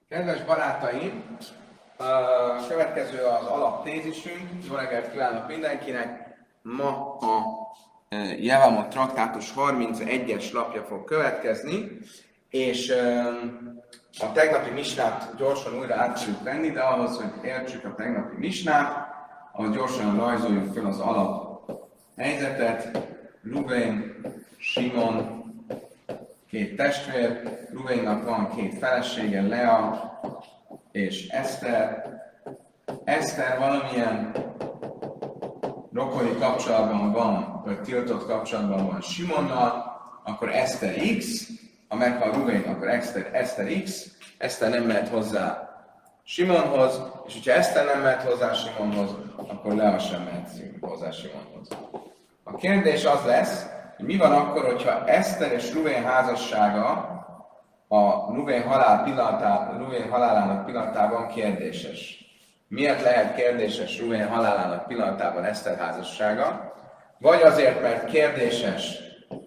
Kedves barátaim, a következő az alaptézisünk. Jó reggelt kívánok mindenkinek! Ma a Jevamot traktátus 31-es lapja fog következni, és a tegnapi misnát gyorsan újra át tudjuk venni, de ahhoz, hogy értsük a tegnapi misnát, ahhoz gyorsan rajzoljuk fel az alap helyzetet. Ruvén, Simon, két testvér, Ruvénnak van két felesége, Lea és Eszter. Eszter valamilyen rokoni kapcsolatban van, vagy tiltott kapcsolatban van Simonnal, akkor Eszter X, ha meghal Ruvén, akkor Eszter X, Eszter nem mehet hozzá Simonhoz, és hogyha Eszter nem mehet hozzá Simonhoz, akkor Lea sem mehet hozzá Simonhoz. A kérdés az lesz, hogy mi van akkor, hogyha Eszter és Ruvén házassága a Ruvén halálának pillanatában kérdéses. Miért lehet kérdéses Ruvén halálának pillanatában Eszter házassága? Vagy azért, mert kérdéses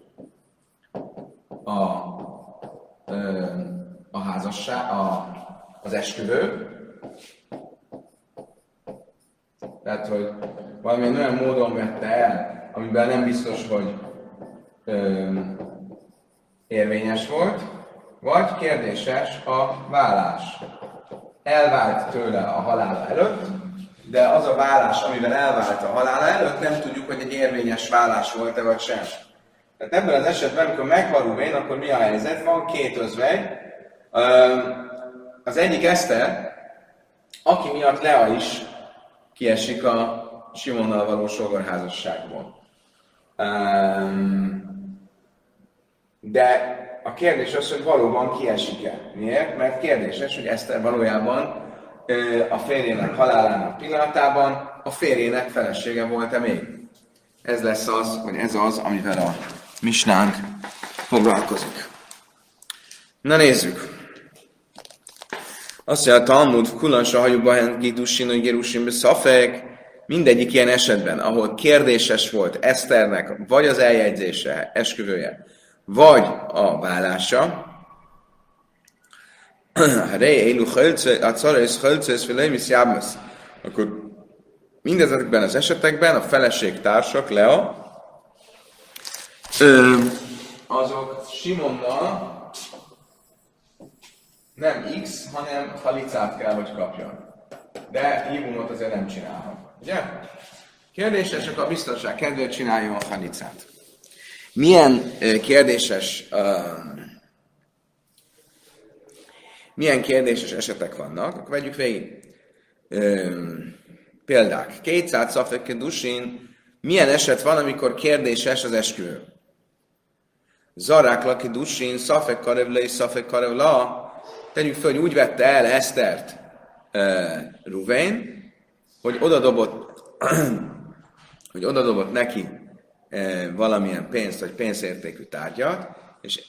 a házasság, az esküvő. Tehát, hogy valamilyen olyan módon vette el, amiben nem biztos, hogy érvényes volt, vagy kérdéses a vállás. Elvált tőle a halála előtt, de az a vállás, amivel elvált a halála előtt, nem tudjuk, hogy egy érvényes vállás volt-e vagy sem. Tehát ebben az esetben, amikor meghal Ruvén, akkor mi a helyzet? Van két özvegy. Az egyik Eszter, aki miatt Lea is kiesik a Simonnal való sógorházasságból. De a kérdés az, hogy valóban kiesik-e. Miért? Mert kérdéses, hogy Eszter valójában a férjének halálának pillanatában a férjének felesége volt-e még. Ez lesz az, vagy ez az, amivel a misnánk foglalkozik. Na nézzük. Azt mondja, a Talmud kulansa hajúba gidusin, hogy gerusin szafek. Mindegyik ilyen esetben, ahol kérdéses volt Eszternek vagy az eljegyzése, esküvője, vagy a vállása, akkor mindezekben az esetekben a feleségtársak, Lea, azok Simonnal nem X, hanem halicát kell, hogy kapjon. De hívumot azért nem csinálhat. Ugye? Kérdéses, akkor a biztonság kedvéért csináljon a halicát. Milyen kérdéses esetek vannak? Akkor vegyük végig. Példák. 200 szafek dusin. Milyen eset van, amikor kérdéses az esküvő? Zarák laki dusin, szafek karevle és szafek karevla. Tegyük fel, hogy úgy vette el Esztert Ruvén, hogy odadobott neki valamilyen pénzt, vagy pénzértékű tárgyat, és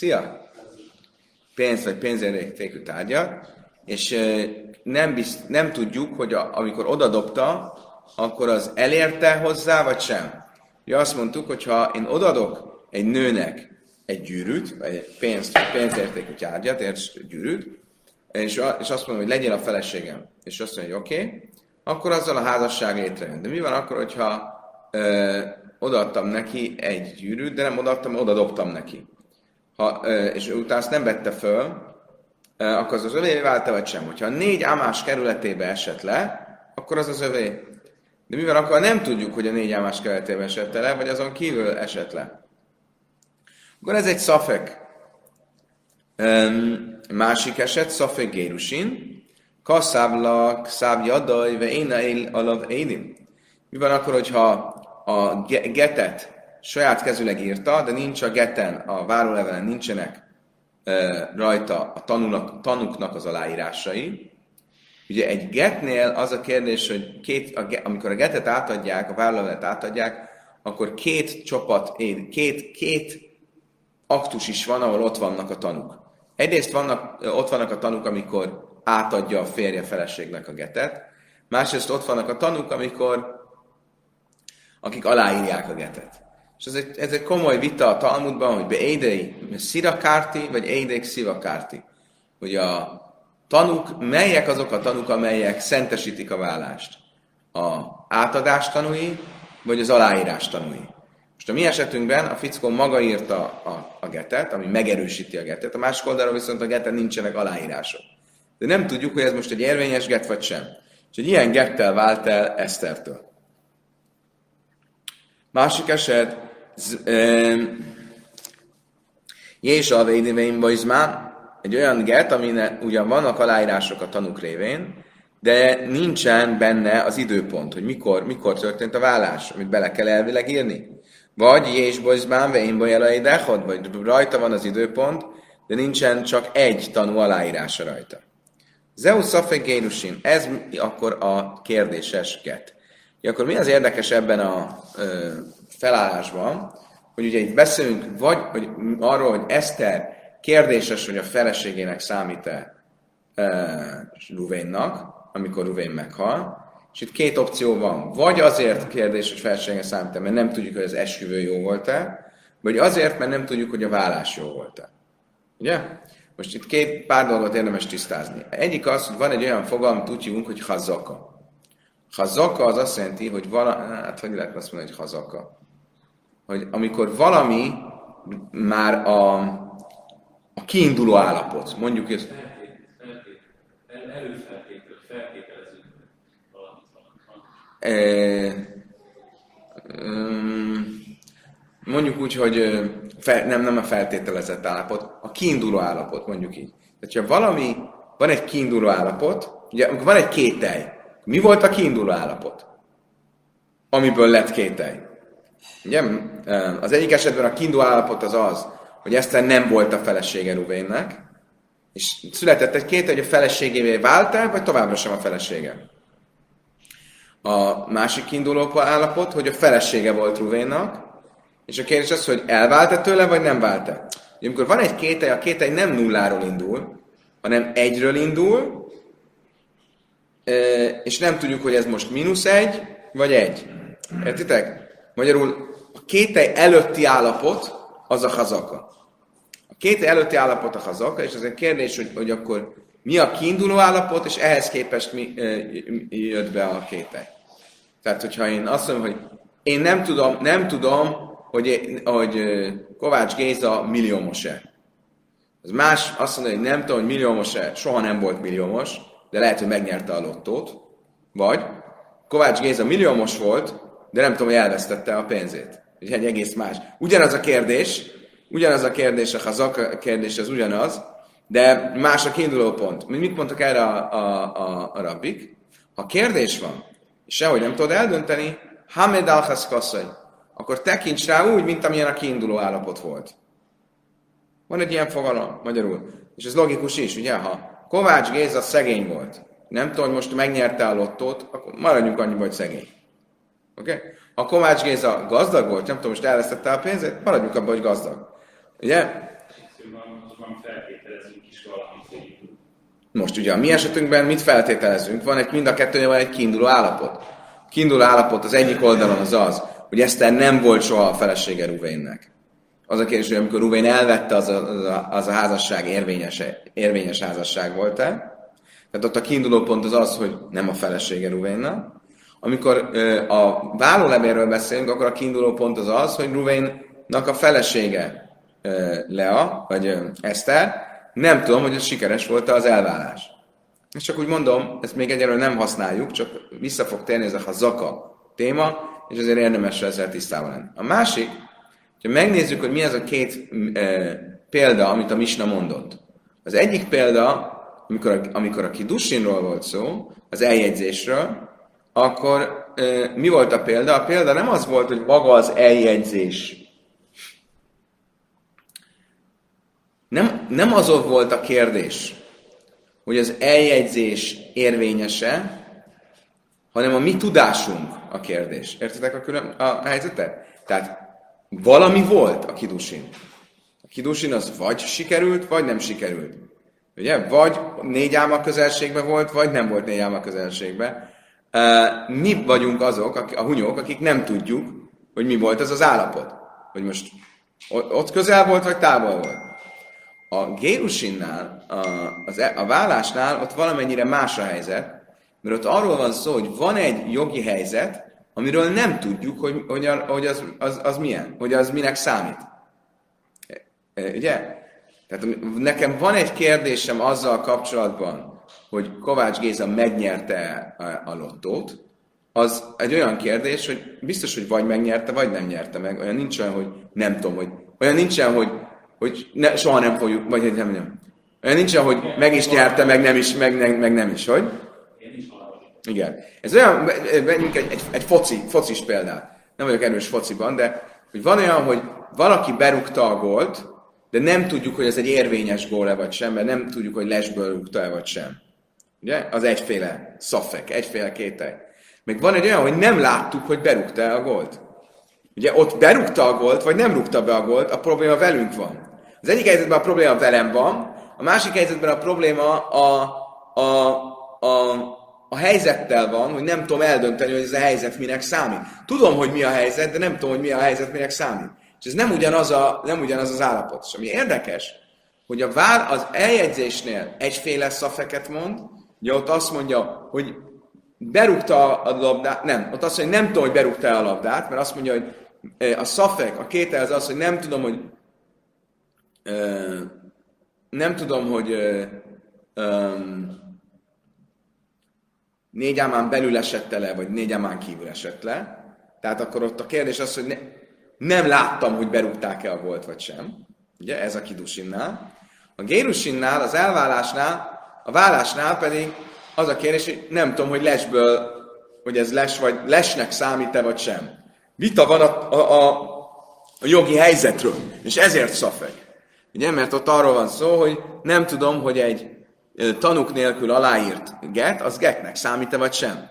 pénzt, vagy pénzértékű tárgyat, és nem tudjuk, hogy amikor odadobta, akkor az elérte hozzá, vagy sem. Ugye azt mondtuk, hogy ha én odadok egy nőnek egy gyűrűt, vagy egy pénzt, vagy pénzértékű tárgyat, gyűrűt, és azt mondom, hogy legyél a feleségem, és azt mondja, hogy oké, akkor azzal a házasság létrejön. De mi van akkor, hogyha odaadtam neki egy gyűrűt, de nem odaadtam, odadobtam neki. És utána azt nem vette föl, akkor az övé vált-e, vagy sem. Hogyha a 4 ámás kerületébe esett le, akkor az az övé. De mivel akkor nem tudjuk, hogy a 4 ámás kerületébe esett le, vagy azon kívül esett le. Akkor ez egy szafek. Másik eset, szafek gérusin. Kasszávlak, szávjadaj, ve éna él alav élim. Mi van akkor, hogyha a getet saját kezüleg írta, de nincs a geten, a várólevelen nincsenek rajta a tanúknak az aláírásai. Ugye egy getnél az a kérdés, hogy amikor a getet átadják, a várólevelet átadják, akkor két aktus is van, ahol ott vannak a tanúk. Egyrészt ott vannak a tanúk, amikor átadja a férje feleségnek a getet, másrészt ott vannak a tanúk, akik aláírják a getet. És ez egy komoly vita a Talmudban, hogy be édei szirakárti, vagy édék szivakárti. Hogy a tanúk, melyek azok a tanúk, amelyek szentesítik a vállást? A átadás tanúi, vagy az aláírás tanúi? Most a mi esetünkben a fickó maga írta a getet, ami megerősíti a getet, a másik oldalról viszont a geten nincsenek aláírások. De nem tudjuk, hogy ez most egy érvényes get vagy sem. És egy ilyen gettel vált el Esztertől. Másik eset, Jés a védéveim bajzmán, egy olyan get, amin ugyan vannak aláírások a tanúk révén, de nincsen benne az időpont, hogy mikor történt a vállás, amit bele kell elvileg írni. Vagy Jés bajzmán, vein bajelai dechod, vagy rajta van az időpont, de nincsen csak egy tanú aláírása rajta. Zeus szafek gérusin, ez akkor a kérdéses get. Akkor mi az érdekes ebben a felállásban, hogy ugye itt beszélünk vagy arról, hogy Eszter kérdéses, hogy a feleségének számít-e Ruvénnak, amikor Ruvén meghal, és itt két opció van. Vagy azért kérdés, hogy feleségének számít-e, mert nem tudjuk, hogy az esküvő jó volt-e, vagy azért, mert nem tudjuk, hogy a vállás jó volt-e. Ugye? Most itt pár dolgot érdemes tisztázni. Egyik az, hogy van egy olyan fogalmat, úgy hívunk, hogy hazaka. Hazaka az azt jelenti, hogy hogy lehet azt mondani, hogy hazaka? Hogy amikor valami már a kiinduló állapot, mondjuk ez... Feltételezünk valamit. Mondjuk úgy, hogy nem a feltételezett állapot, a kiinduló állapot, mondjuk így. Tehát, ha valami, van egy kiinduló állapot, ugye, amikor van egy kételj, mi volt a kiinduló állapot? Amiből lett kételj. Ugye? Az egyik esetben a kiinduló állapot az, hogy Eszter nem volt a felesége Ruvénnek, és született egy kételj, hogy a feleségévé vált el, vagy továbbra sem a felesége. A másik kiinduló állapot, hogy a felesége volt Ruvénnak, és a kérdés az, hogy elvált-e tőle, vagy nem vált-e. Amikor van egy kételj, a kételj nem nulláról indul, hanem egyről indul, és nem tudjuk, hogy ez most -1, vagy 1. Értitek? Magyarul a kételj előtti állapot az a hazaka. A kételj előtti állapot a hazaka, és ez egy kérdés, hogy akkor mi a kiinduló állapot, és ehhez képest mi jött be a kételj. Tehát, hogyha én azt mondom, hogy én nem tudom, hogy Kovács Géza milliómos-e. Az más azt mondja, hogy nem tudom, hogy milliómos-e, soha nem volt milliómos, de lehet, hogy megnyerte a lottót. Vagy Kovács Géza milliómos volt, de nem tudom, hogy elvesztette a pénzét. Ugye egy egész más. Ugyanaz a kérdés, a hazak kérdés az ugyanaz, de más a kiinduló pont. Mit mondtak erre a rabbik? Ha kérdés van, és sehogy nem tudod eldönteni, Hamed al-Hasz kasszony, akkor tekints rá úgy, mint amilyen a kiinduló állapot volt. Van egy ilyen fogalom magyarul. És ez logikus is, ugye? Ha Kovács Géza szegény volt, nem tudom, hogy most megnyerte a lottót, akkor maradjunk annyi, hogy szegény. Oké? Okay? Ha Kovács Géza gazdag volt, nem tudom, most elvesztette a pénzét, maradjunk abban, hogy gazdag. Ugye? Most ugye a mi esetünkben mit feltételezünk? Van mind a kettőnél van egy kiinduló állapot. A kiinduló állapot az egyik oldalon az, hogy Eszter nem volt soha a felesége Ruvénnek. Az a kérdés, hogy amikor Ruvén elvette, az a házasság érvényes házasság volt-e? Tehát ott a kiinduló pont az, hogy nem a felesége Ruvénnek. Amikor a vállólevélről beszélünk, akkor a kiinduló pont az, hogy Ruvénnak a felesége Lea, vagy Eszter, nem tudom, hogy ez sikeres volt az elvállás. És csak úgy mondom, ezt még egyelőre nem használjuk, csak vissza fog térni ez a hazaka téma, és azért érdemes ezzel tisztában lenni. A másik, hogy megnézzük, hogy mi az a két példa, amit a Misna mondott. Az egyik példa, amikor a Kidussinról volt szó, az eljegyzésről, akkor mi volt a példa? A példa nem az volt, hogy maga az eljegyzés. Nem azon volt a kérdés, hogy az eljegyzés érvényese, hanem a mi tudásunk a kérdés. Értitek a helyzetet? Tehát valami volt a Kidussin. A Kidussin az vagy sikerült, vagy nem sikerült. Ugye? Vagy 4 álma közelségben volt, vagy nem volt 4 álma közelségben. Mi vagyunk azok, a hunyók, akik nem tudjuk, hogy mi volt ez az állapot. Hogy most ott közel volt, vagy távol volt. A Gérusinnál, a vállásnál ott valamennyire más a helyzet, mert ott arról van szó, hogy van egy jogi helyzet, amiről nem tudjuk, hogy az milyen, hogy az minek számít. Ugye? Tehát nekem van egy kérdésem azzal kapcsolatban, hogy Kovács Géza megnyerte a lottót, az egy olyan kérdés, hogy biztos, hogy vagy megnyerte, vagy nem nyerte meg. Olyan nincs olyan, hogy nem tudom, hogy... Olyan nincsen, hogy soha nem fogjuk, vagy nem. Olyan nincsen, hogy meg is nyerte, meg nem is, hogy? Igen. Ez olyan, vegyünk egy focis példát. Nem vagyok erős fociban, de hogy van olyan, hogy valaki berúgta a gólt, de nem tudjuk, hogy ez egy érvényes gól-e vagy sem, mert nem tudjuk, hogy lesből rúgta-e vagy sem. Ugye? Az egyféle szafek, egyféle kételj. Meg van egy olyan, hogy nem láttuk, hogy berúgta-e a gólt. Ugye ott berúgta a gólt, vagy nem rúgta be a gólt, a probléma velünk van. Az egyik helyzetben a probléma velem van, a másik helyzetben a probléma a helyzettel van, hogy nem tudom eldönteni, hogy ez a helyzet minek számít. Tudom, hogy mi a helyzet, de nem tudom, hogy mi a helyzet minek számít. És ez nem ugyanaz az állapot. És ami érdekes, hogy az eljegyzésnél egyféle szafeket mond, ugye ott azt mondja, hogy berúgta a labdát, nem, ott azt mondja, hogy nem tudom, hogy berúgta a labdát, mert azt mondja, hogy a szafek, a kétel az az, hogy nem tudom, hogy négy ámán belül esett le, vagy négy ámán kívül esett le. Tehát akkor ott a kérdés az, hogy nem láttam, hogy berúgták-e a gólt, vagy sem. Ugye, ez a kidusinnál. A gérusinnál, az elvállásnál, a vállásnál pedig az a kérdés, hogy nem tudom, hogy lesből, hogy ez les, vagy lesnek számít-e, vagy sem. Vita van a jogi helyzetről, és ezért szafek. Ugye, mert ott arról van szó, hogy nem tudom, hogy egy tanúk nélkül aláírt get, az getnek számít-e, vagy sem.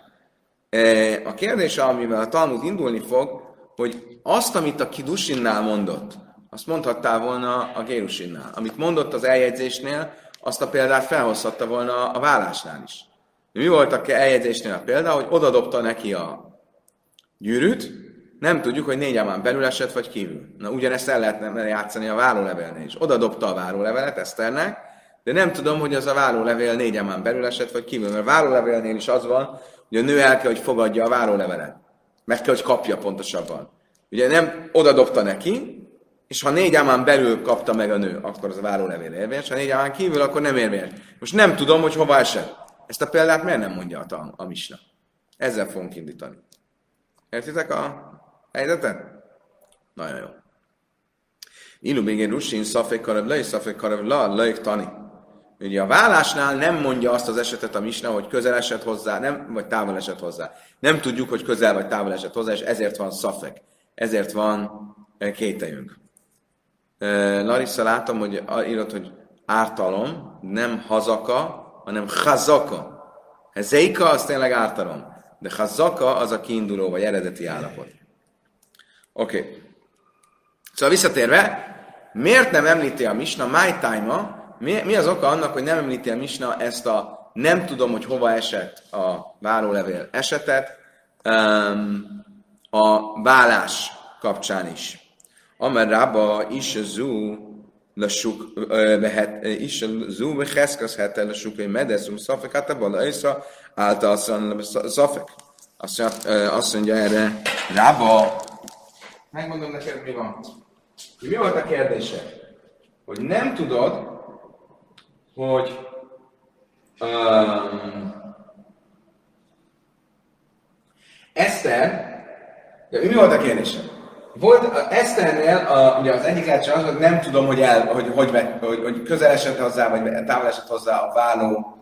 A kérdés, amivel a Talmud indulni fog, hogy azt, amit a kidusinnál mondott, azt mondhattál volna a gérusinnál. Amit mondott az eljegyzésnél, azt a példát felhozhatta volna a vállásnál is. Mi volt a eljegyzésnél a példa, hogy odadobta neki a gyűrűt, nem tudjuk, hogy négy ámán belül esett, vagy kívül. Na, ugyanezt el lehetne játszani a vállólevelnél is. Odadobta a vállólevelet Eszternek, de nem tudom, hogy az a vállólevél négy ámán belül esett, vagy kívül. Mert a vállólevélnél is az van, hogy a nő el kell, hogy fogadja a vállólevelet. Meg kell, hogy kapja pontosabban. Ugye nem odadobta neki, és ha négy ámán belül kapta meg a nő, akkor az a vállólevél érvényes, ha négy ámán kívül, akkor nem érvényes. Most nem tudom, hogy hova esett. Ezt a példát miért nem mondja a misna? Ezzel fogunk indítani. Értitek a helyzetet? Nagyon jó. Ilu bégén rusin, szafék karav le, és szafék karav le, tani. Ugye a vállásnál nem mondja azt az esetet a misna, hogy közel esett hozzá, nem, vagy távol esett hozzá. Nem tudjuk, hogy közel vagy távol esett hozzá, és ezért van szafek. Ezért van kételjünk. Larissa, látom, hogy írott, hogy ártalom, nem hazaka, hanem chazaka. Hezeika az tényleg ártalom, de chazaka az a kiinduló vagy eredeti állapot. Oké. Szóval visszatérve, miért nem említi a misna my time-a? Mi az oka annak, hogy nem említi a misna ezt a nem tudom, hogy hova esett a vállólevél esetet a vállás kapcsán is. Amerrába is zú lasuk behet is zú beheszkezhet el lasuk egy medezum szafekát abban a észre által szafek. Azt mondja erre Rába. Megmondom neked, mi van. Mi volt a kérdése? Hogy nem tudod, hogy Eszter, de mi volt a kérdése? Volt Eszternél, ugye az egyik lehetőség az, hogy nem tudom, hogy közel esett hozzá, vagy távol esett hozzá a válló,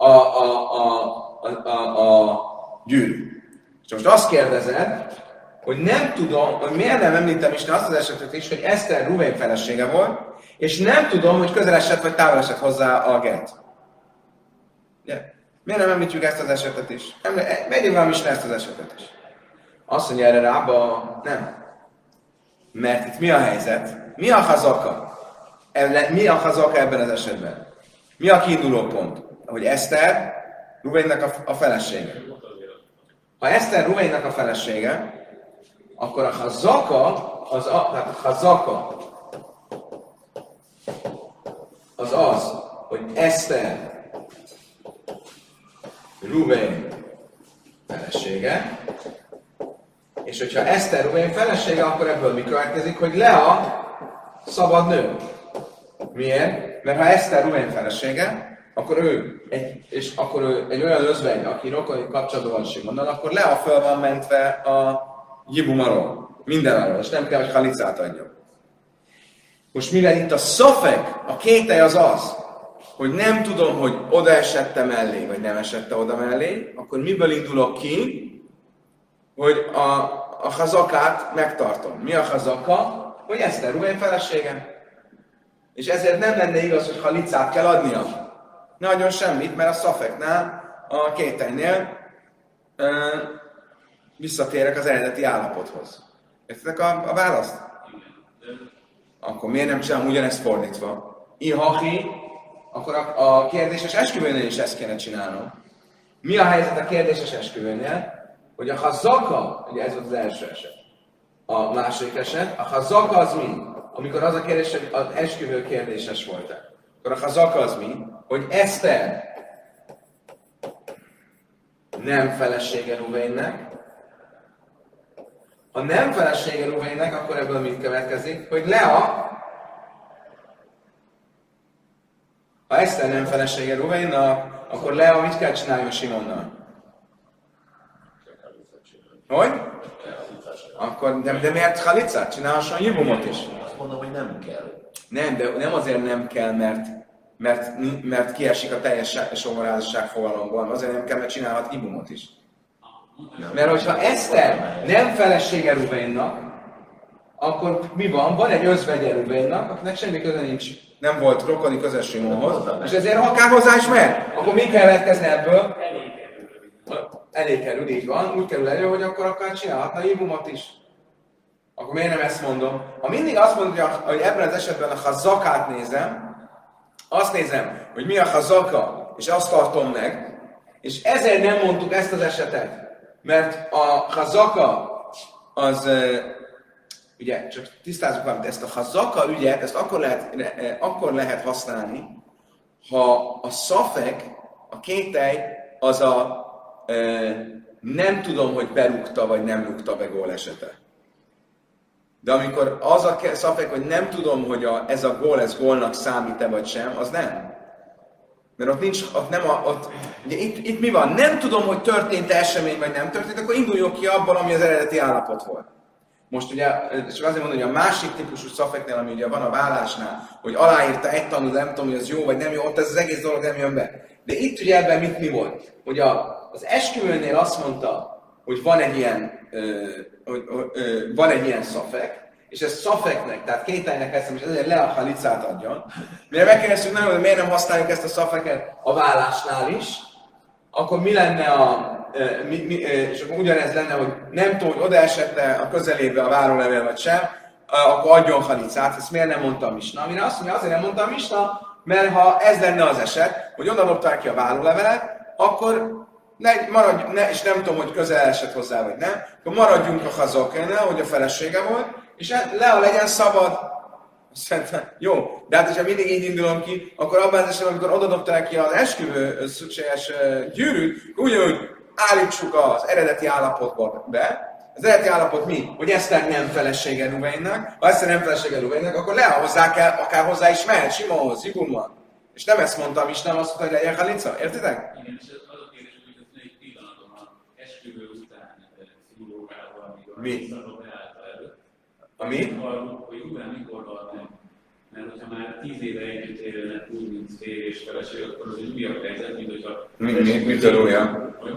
a gyűrű. És most azt kérdezed, hogy nem tudom, hogy miért nem említem is azt az esetet is, hogy Eszter Ruvén felesége volt, és nem tudom, hogy közel esett vagy távol esett hozzá a get. Yeah. Miért nem említjük ezt az esetet is? Megyünk valami is ezt az esetet is. Azt mondja erre Rába, nem. Mert itt mi a helyzet? Mi a hazaka? Mi a hazaka ebben az esetben? Mi a kiinduló pont? Hogy Eszter Ruvénnek a felesége. Ha Eszter Ruvénnek a felesége, akkor a hazaka, tehát a hazaka az az, hogy Eszter Ruvén felesége, és hogyha Eszter Ruvén felesége, akkor ebből mi következik, hogy Lea szabad nő. Miért? Mert ha Eszter Ruvén felesége, akkor ő egy olyan özvegy, aki rokoni kapcsolatban van Simonnal, akkor Lea föl van mentve a Jibumarról. Mindenáról, és nem kell, hogy halicát adjon. Most mivel itt a szafek, a kételj az az, hogy nem tudom, hogy oda esette mellé, vagy nem esette oda mellé, akkor miből indulok ki, hogy a hazakát megtartom. Mi a hazaka? Hogy Eszter Ruvén felesége. És ezért nem lenne igaz, hogy halicát kell adnia. Ne adjon semmit, mert a szafeknál, a kételynél visszatérek az eredeti állapothoz. Értitek a választ? Akkor miért nem csinálom ugyanezt fordítva? Ihahi, akkor a kérdéses esküvőnél is ezt kéne csinálnom. Mi a helyzet a kérdéses esküvőnél? Hogy a hazaka, ugye ez volt az első eset. A második eset, a hazaka az mi? Amikor az a kérdés, hogy az esküvő kérdéses volt-e. Akkor a hazaka az mi? Hogy Eszter nem felesége Ruvénnek. Ha nem felesége Ruvénnek, akkor ebből mit következik? Hogy Lea, ha Eszter nem felesége Ruvénnak, akkor Lea mit kell csináljon Simonnal? Hogy? Akkor, de miért halicát? Csinálhasson Jibumot is? Azt mondom, hogy nem kell. Nem, de nem azért nem kell, mert kiesik a teljes sógorházasság fogalomból, azért nem kell, mert csinálhat Jibumot is. Mert hogyha Eszter nem felesége Ruvénnak, akkor mi van? Van egy özvegye Ruvénnak, akinek semmi köze nincs. Nem volt rokoni köze Simonhoz, és ezért akár hozzá is mehet. Akkor mi következni ebből? Elég kerül, így van. Úgy kerül elő, hogy akkor akár csinálhatna Jibumot is. Akkor miért nem ezt mondom? Ha mindig azt mondja, hogy ebben az esetben a hazakát nézem, azt nézem, hogy mi a hazaka, és azt tartom meg, és ezért nem mondtuk ezt az esetet. Mert a hazaka az, ugye, csak tisztázzuk valamit, ezt a hazaka ügyet, ezt akkor lehet használni, ha a szafek, a kételj, az a nem tudom, hogy berúgta, vagy nem rúgta be gól esete. De amikor az a szafek, hogy nem tudom, hogy ez a gól, ez gólnak számít-e, vagy sem, az nem. Mert ott nincs, ugye itt mi van? Nem tudom, hogy történt-e esemény, vagy nem történt, akkor induljunk ki abban, ami az eredeti állapot volt. Most ugye, csak azért mondom, hogy a másik típusú szafeknél, ami ugye van a vállásnál, hogy aláírta egy tanú, de nem tudom, hogy az jó, vagy nem jó, ott ez az egész dolog nem jön be. De itt ugye ebben mi volt? Hogy az esküvőnél azt mondta, hogy van egy ilyen szafek, és ez szafeknek, tehát kételynek eszem, és ezért le a halicát adjon. Mire megkérdeztük nagyon, hogy miért nem használjuk ezt a szafeket a vállásnál is, akkor mi lenne és akkor ugyanez lenne, hogy nem tudom, hogy odaesette a közelébe a várólevél vagy sem, akkor adjon halicát. Ezt miért nem mondta a Misna? Amire azt mondja, azért nem mondta a Misna, mert ha ez lenne az eset, hogy oda dobták ki a várólevelet, akkor és nem tudom, hogy közel esett hozzá, vagy nem, akkor maradjunk a hazakénél, hogy a felesége volt, és Lea legyen szabad. Szerintem, jó, de hát, hogyha mindig így indulom ki, akkor abban az esetben, amikor odadobták ki az esküvő szükséges gyűrűt, ugyanúgy állítsuk az eredeti állapotba be. Az eredeti állapot mi? Hogy Eszter nem felesége Ruvénnek. Ha Eszter nem felesége Ruvénnek, akkor Lea hozzá kell, akár hozzá is mehet, Simonhoz, Jibumban. És nem ezt mondtam is, nem azt mondta, hogy legyen halica. Értitek? Igen, és az a kérdés, hogy ez egy pillanatom a esküvő után színlógával, amikor Mi? Szabó beállta előtt. Ami? Hogy Rubén mikor hal meg. Mert hogyha már 10 éve együtt élnek úgy, mint férj és feleség, akkor az egy újabb helyzet, mint hogyha... Mitől újabb?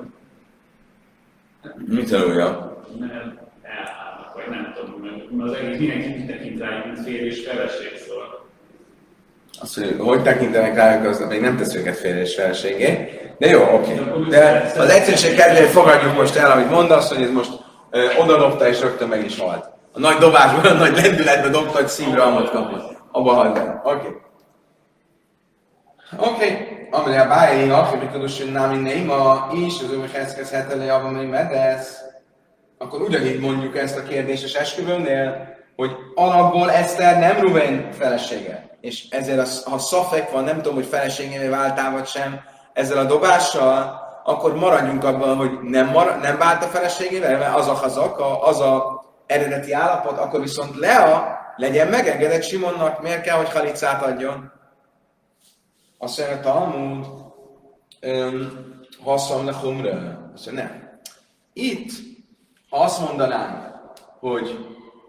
Mitől újabb? Mert elhálnak, vagy nem tudom, mert az egész mindenki tekint rájuk, mint férj és feleség, szóval. Azt, hogy tekintenek rájuk, az még nem tesz őket férj és feleségé. De jó, oké. De az egyszerűség kedvéért fogadjuk most el, amit mondasz, hogy ez most odadobta és rögtön meg is halt. A nagy dobásban, a nagy lendületben dobta, hogy szívrohamot kapott. Abba halt el. Oké. Amely a bájéig, hogy tudod, námi néma is, az ő hezkezhetele javon még medesz. Akkor ugyanígy mondjuk ezt a kérdéses esküvőnél, hogy alapból Eszter nem Ruvén felesége. és ezért ha szafek van, nem tudom, hogy feleségévé váltál vagy sem, ezzel a dobással, akkor maradjunk abban, hogy nem vált a feleségével, mert az a hazaka, az a eredeti állapot, akkor viszont Lea legyen megengedett Simonnak, miért kell, hogy halicát adjon? Azt mondja, a Talmud, haszam le humra. Azt mondja, nem. Itt, ha azt mondanánk, hogy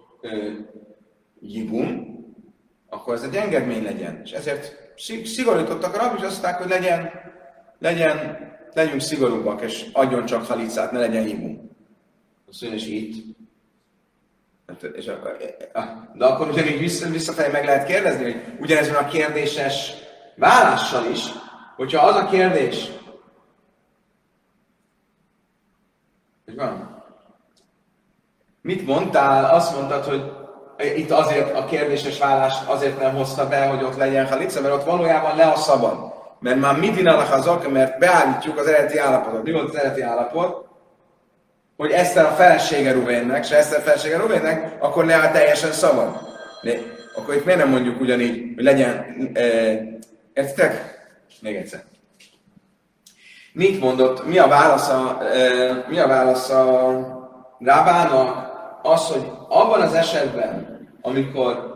jibum, akkor ez egy engedmény legyen. És ezért szigorítottak a rabbi, és azt mondták, hogy legyünk szigorúbbak, és adjon csak halicát, ne legyen jibum. Azt mondja, és itt. De akkor ugyanígy visszafelé meg lehet kérdezni, hogy ugyanez van a kérdéses vállással is, hogyha az a kérdés, hogy van, mit mondtál? Azt mondtad, hogy itt azért a kérdéses vállást azért nem hozta be, hogy ott legyen halica, mert ott valójában le a szabad. Mert már mit dinálnak azok, mert beállítjuk az eredeti állapotot. Mi volt az eredeti állapot? Hogy Eszter a felesége Ruvénnek, és Eszter a felesége Ruvénnek, akkor Lea teljesen szabad. De akkor itt miért nem mondjuk ugyanígy, hogy legyen... értitek? Még egyszer. Mit mondott, mi a válasz a Rábának? Az, hogy abban az esetben, amikor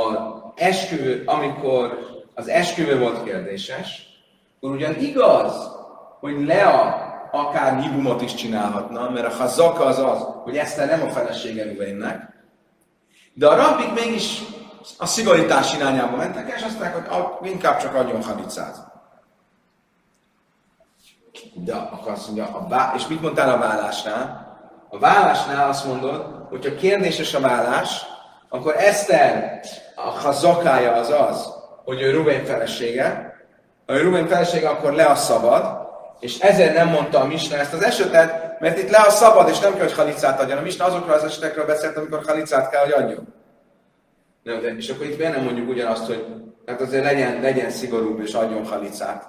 az esküvő volt kérdéses, akkor ugyan igaz, hogy Lea akár hibumot is csinálhatna, mert a hazaka az, hogy Eszter nem a felesége Ruvénnek, de a rabbik mégis a szigorítás irányába mentek, és azt mondták, hogy inkább csak adjon halicát. De akkor azt mondja, és mit mondtál a vállásnál? A vállásnál azt mondod, hogy ha kérdéses a vállás, akkor Eszter a hazakája az, hogy ő Ruvén felesége. Ha ő Ruvén felesége, akkor le a szabad, és ezért nem mondta a Misna ezt az esetet, mert itt le a szabad, és nem kell, hogy halicát adjon. A Misna azokról az esetekről beszélt, amikor halicát kell, hogy adjon. Nem, és akkor itt miért nem mondjuk ugyanazt, hogy hát azért legyen szigorúbb, és adjon halicát.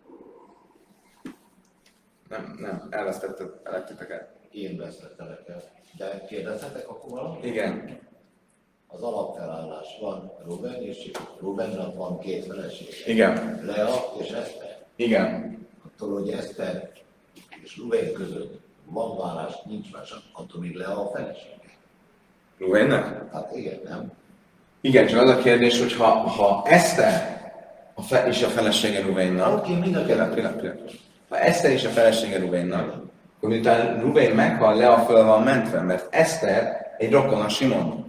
Nem, elvesztettek el. Én vesztettelek el. De kérdezhetek akkor valamit? Igen. Az alapfelállás van Ruben, és Rubennak van két felesége. Igen. Lea és Eszter. Igen. Attól, hogy Eszter és Ruben között van vállás, nincs más, attól még Lea a felesége. Rubennek? Hát igen, nem? Igen, csak az a kérdés, hogy ha Eszter is a felesége Rubennak, Oké, mind a pillanat. Ha Eszter is a felesége Rubennak, akkor miután Ruben meghal, Lea föl van mentve, mert Eszter egy rokon a Simonnak.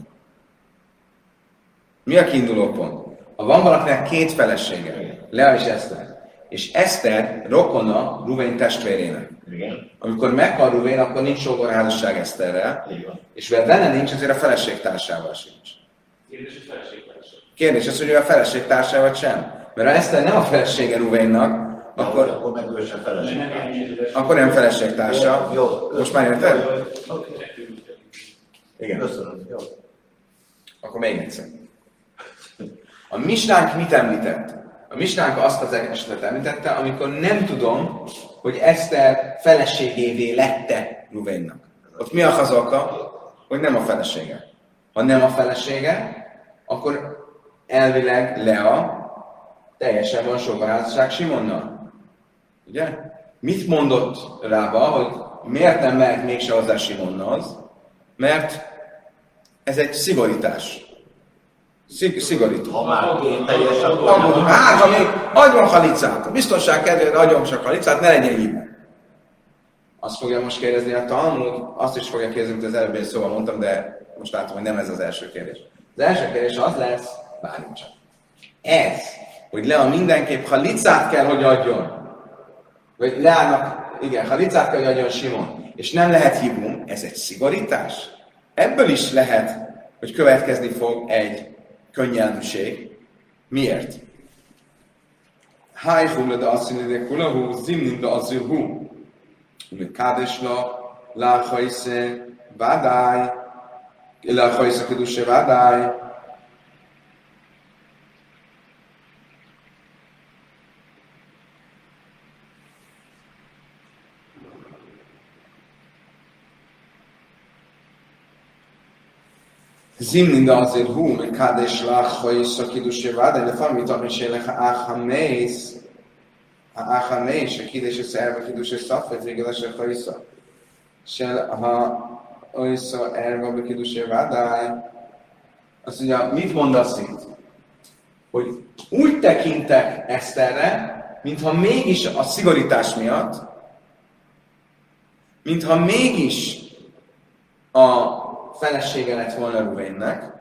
Mi a kiinduló pont? Ha van valakinek két felesége, Lea és Eszter, és Eszter rokona Ruben testvérének. Igen. Amikor meghal Ruben, akkor nincs sógorházasság Eszterrel, és benne nincs, azért a feleségtársával sincs. Kérdés az, hogy ő a feleségtársa vagy sem. Mert ha Eszter nem a felesége Rubennak, akkor meg ő sem felesége. akkor nem feleségtársa. Jó. Most már érted? Oké. Igen. Köszönöm. Jó. Akkor még egyszer. A misnánk mit említett? A misnánk azt az esetet említette, amikor nem tudom, hogy Eszter feleségévé lette Ruvénnak. Ott mi a hazaka? Hogy nem a felesége. Ha nem a felesége, akkor elvileg Lea teljesen van sógorházasság Simonnal. Ugye? Mit mondott Rába, hogy miért nem mehet mégse hozzá Simonhoz? Mert ez egy szigorítás. Szigorító. Ha már két teljes, akkor Ha még adjon halicát. A biztonság kedvére adjon csak halicát, ne legyen hibú. Azt fogja most kérdezni a Talmud, azt is fogja kérdezni, amit az előbb egy szóval mondtam, de most látom, hogy nem ez az első kérdés. Az első kérdés az lesz, várjunk csak. Ez, hogy Lea mindenképp halicát kell, hogy adjon. Vagy Leának, igen, halicát kell, hogy adjon Simon. És nem lehet hibum, ez egy szigorítás. Ebből is lehet, hogy következni fog egy könnyelműség. Miért? Hájhum le de azt mondja, de kulahu, zimnim de az ő hú. Kádesla, láhajsze, vádály, láhajsze keduse vádály. Zimnin de azért hú, meg kádés láha és szakidusé vád, de famit amisélek áhamész, a kidés és szerve kidus és szafet végülesek ha vissza. Se ha olyszó erva be kidusé vádály. Azt mondja, mit mondasz itt? Hogy úgy tekintek Eszterre, mintha mégis a szigorítás miatt, mintha mégis a felesége lett volna Ruvénnek.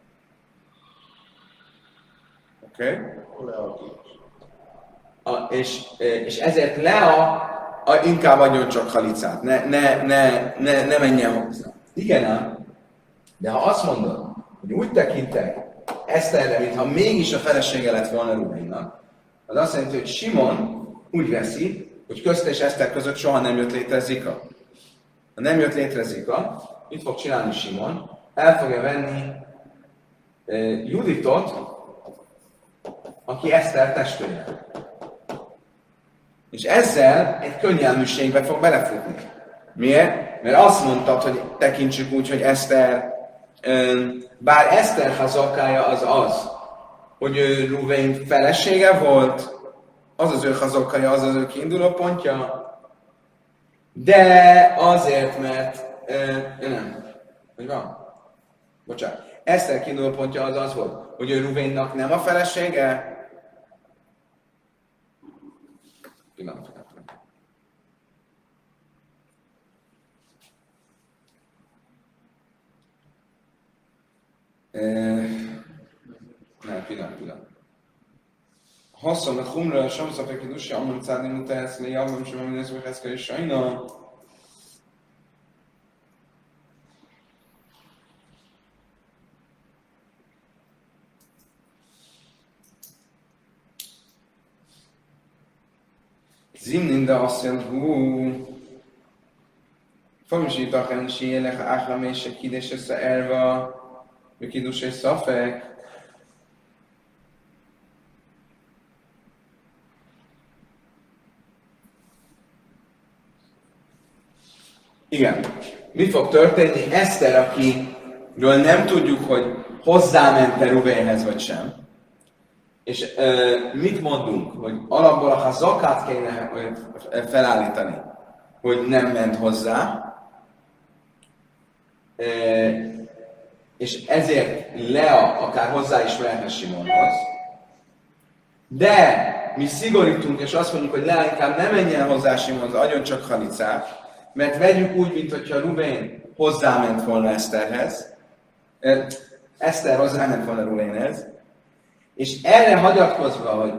Oké? És ezért Lea inkább adjon csak halicát. Ne menjen hozzá. Igen ám. De ha azt mondod, hogy úgy tekintek Eszterre, mintha mégis a felesége lett volna Ruvénnak, az azt jelenti, hogy Simon úgy veszi, hogy közte és Eszter között soha nem jött létre zika. Ha nem jött létre zika, mit fog csinálni Simon? El fogja venni Juditot, aki Eszter testvére. És ezzel egy könnyelműségbe fog belefutni. Miért? Mert azt mondtad, hogy tekintsük úgy, hogy Eszter, bár Eszter hazakája az, hogy ő Ruvén felesége volt, az az ő hazakája, az az ő kiinduló pontja, de azért, mert nem. Hogy van? Bocsánat. Eszter kiinduló pontja az volt, hogy ő Ruvénnak nem a felesége. Pillanat. Pillanat. Haszom a humra, a samszapek kedusja, amúgy szádni mutatsz le, javam sem, amit ez meg és sajna. Zimnin de azt jelenti, Famisítak en sielech áhlam és egy kidés összeerva, kidus és szafek. Igen. Mi fog történni? Eszter, akiről nem tudjuk, hogy hozzáment-e Ruvénhez vagy sem. És mit mondunk? Hogy alapból a zakát kéne felállítani, hogy nem ment hozzá. És ezért Lea akár hozzá is mehetne Simonhoz. De mi szigorítunk, és azt mondjuk, hogy Lea inkább ne menjen hozzá Simonhoz, adjon csak halicát, mert vegyük úgy, mintha Ruvén hozzáment volna Eszterhez. Eszter hozzáment volna Ruvénhez. És erre hagyatkozva, hogy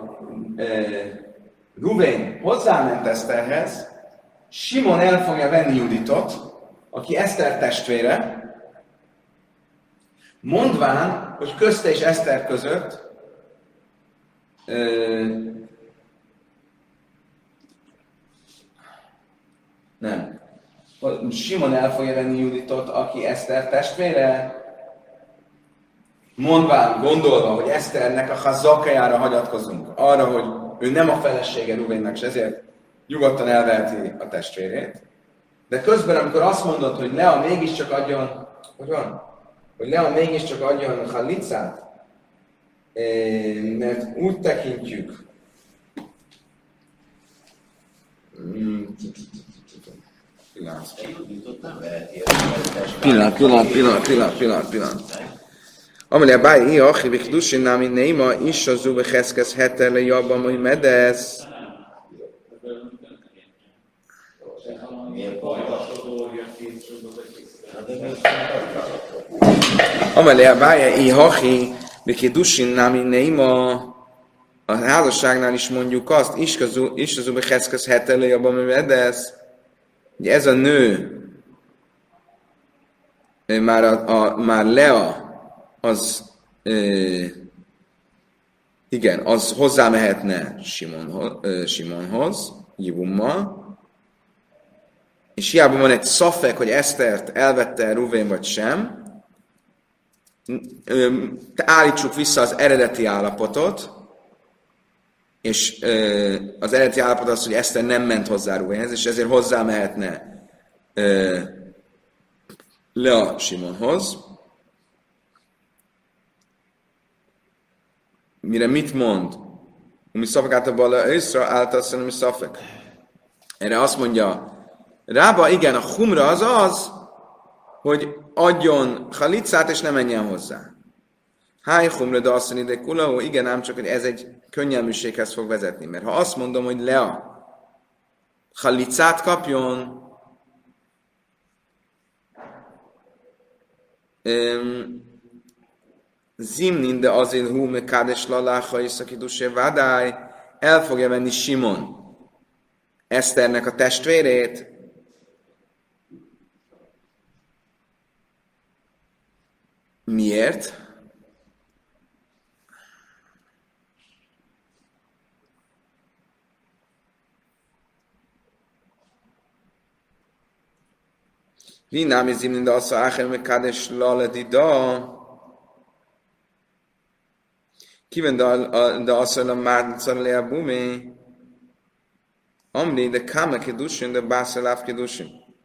Ruvén hozzáment Eszterhez, Simon el fogja venni Juditot, aki Eszter testvére, mondván, hogy közte és Eszter között nem. Simon el fogja venni Juditot, aki Eszter testvére, mondván, gondolva, hogy Eszternek a hazakajára hagyatkozunk, arra, hogy ő nem a felesége Ruvénnek, és ezért nyugodtan elveheti a testvérét. De közben, amikor azt mondod, hogy Lea mégiscsak adjon, hogy Lea mégiscsak adjon halicát, mert úgy tekintjük, Pillanat. Amelé a báj iach, hogy Kedusin námi néma is az zúbe heszkez heterle jabban, hogy medesz. Amelé a báj iach, hogy Kedusin námi néma, a házasságnál is mondjuk azt, is az zúbe heszkez heterle jabban, hogy medesz. Ugye ez a nő, már Lea, az igen, az hozzámehetne Simonhoz, Jivummal, és hiába van egy szafek, hogy Esztert elvette Ruvén vagy sem, állítsuk vissza az eredeti állapotot, és az eredeti állapot az, hogy Eszter nem ment hozzá Ruvénhez, és ezért hozzámehetne Lea Simonhoz. mire mit mond? Mi szafekát a bala észre, által mi szafek. Erre azt mondja, Rába, igen, a humra az az, hogy adjon halicát, és ne menjen hozzá. Háj humra, de azt mondja, kula, igen, ám csak, hogy ez egy könnyelműséghez fog vezetni. Mert ha azt mondom, hogy Lea halicát kapjon, Zimnin, de azért hú, me kádes laláha, és szakidusé vádály, el fogja venni Simon Eszternek a testvérét, miért? Vinnámi Zimnin, de azt mondja, me kádes laladida, Kiven de azt mondja, már szarlé a bumé, Amri, de káme kedushin, de bászeláv kedushin.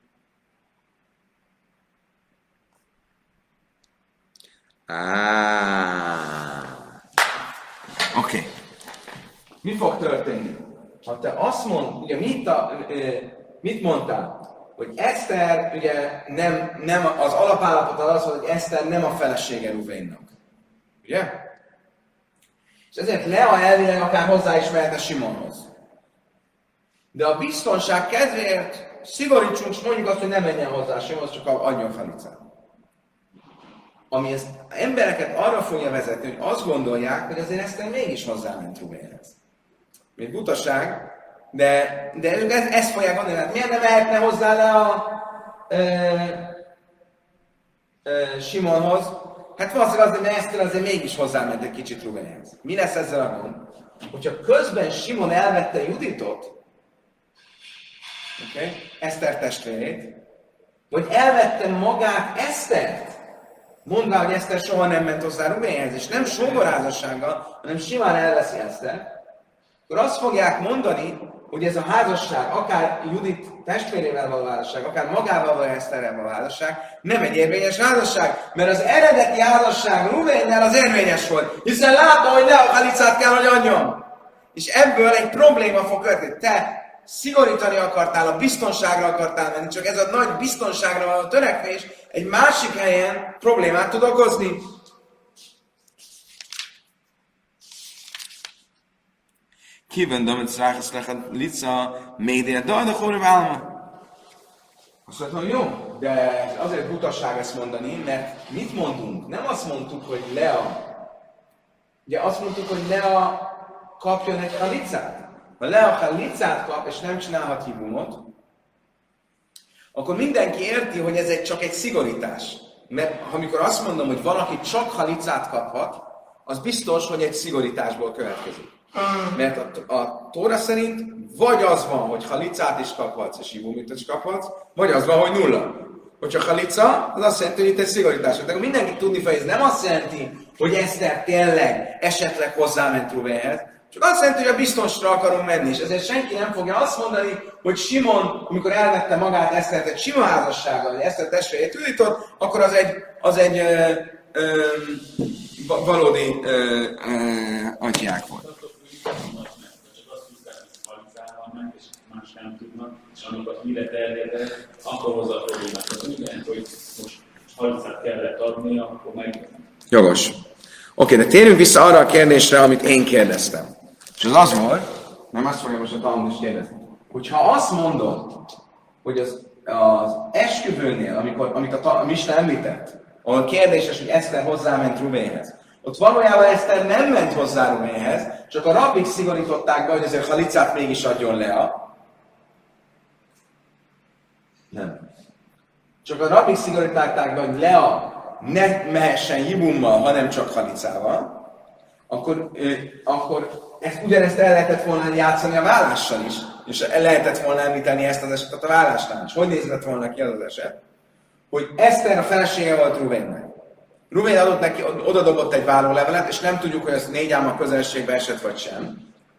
Oké. Mi fog történni? Ha te azt mondod, ugye mit mondtál? Hogy Eszter, ugye nem az alapállapot az, hogy Eszter nem a felesége Ruvénnak. Ugye? És ezért Lea elvileg akár hozzá is mehet a Simonhoz. De a biztonság kedvéért szigorítsunk, és mondjuk azt, hogy ne menjen hozzá a Simonhoz, csak adjon halicát. Ami az embereket arra fogja vezetni, hogy azt gondolják, hogy azért Eszter mégis hozzáment Ruvénhez. Még butaság, de ők ezt fogják gondolni, hát miért nem mehetne hozzá le a Simonhoz? Hát valószínűleg azért, mert Eszter azért mégis hozzáment egy kicsit Ruvénhez. Mi lesz ezzel a gond? Hogyha közben Simon elvette Juditot, Eszter testvérét, vagy elvette magát Esztert, mondvá, hogy Eszter soha nem ment hozzá Ruvénhez, és nem sógorházassággal, hanem simán elveszi Esztert, akkor azt fogják mondani, hogy ez a házasság, akár Judit testvérével való házasság, akár magával vagy Eszterrel való házasság, nem egy érvényes házasság, mert az eredeti házasság Ruvénnel az érvényes volt, hiszen látta, hogy ne a halicát kell, hogy adjon. És ebből egy probléma fog követni. Te szigorítani akartál, a biztonságra akartál menni, csak ez a nagy biztonságra való törekvés egy másik helyen problémát tud okozni. Kivendom, hogy szrákasz lehet lica, médél, de a horválma. Azt mondtam, jó, de azért butasság ezt mondani, mert mit mondunk? Nem azt mondtuk, hogy Lea. Ugye azt mondtuk, hogy Lea kapjon egy halicát. Ha Lea halicát kap, és nem csinálhat hibumot, akkor mindenki érti, hogy ez csak egy szigorítás. Mert amikor azt mondom, hogy valaki csak halicát kaphat, az biztos, hogy egy szigorításból következik. Mert a Tóra szerint vagy az van, hogy halicát is kaphatsz, és hibumit is kaphatsz, vagy az van, hogy nulla. Hogyha halica, az azt jelenti, hogy itt egy szigorítás. De mindenki tudni fel, ez nem azt jelenti, hogy Eszter tényleg esetleg hozzáment Ruvénhez, csak azt jelenti, hogy a biztonsra akarunk menni, és ezért senki nem fogja azt mondani, hogy Simon, amikor elvette magát Esztert egy sima házassággal, hogy Eszter testvérét üdított, akkor az egy valódi atyák volt. És más nem tudnak, és amikor mire terjedek, akkor hozza a problémát. Az igen, hogy most halicát kellett adni, akkor meg... Jogos. Oké, de térjünk vissza arra a kérdésre, amit én kérdeztem. És az volt, nem azt fogja most a Talmud is kérdezni, hogyha azt mondod, hogy az esküvőnél, amit a Misna említett, ahol kérdéses, hogy Eszter hozzáment Ruvénhez, ott valójában Eszter nem ment hozzá Ruvénhez, csak a rabbik szigorították be, hogy azért halicát mégis adjon Lea. Nem. Csak a rabbik szigorították be, hogy Lea ne mehessen hibummal, hanem csak halicával, akkor ugyanezt el lehetett volna játszani a vállással is, és lehetett volna említeni ezt az esetet a vállásnál is. Hogy nézett volna ki az az eset? Hogy Eszter a felesége volt Ruvénnek. Ruvén adott neki, odadobott egy vállólevelet, és nem tudjuk, hogy az 4 álma közelségbe esett vagy sem.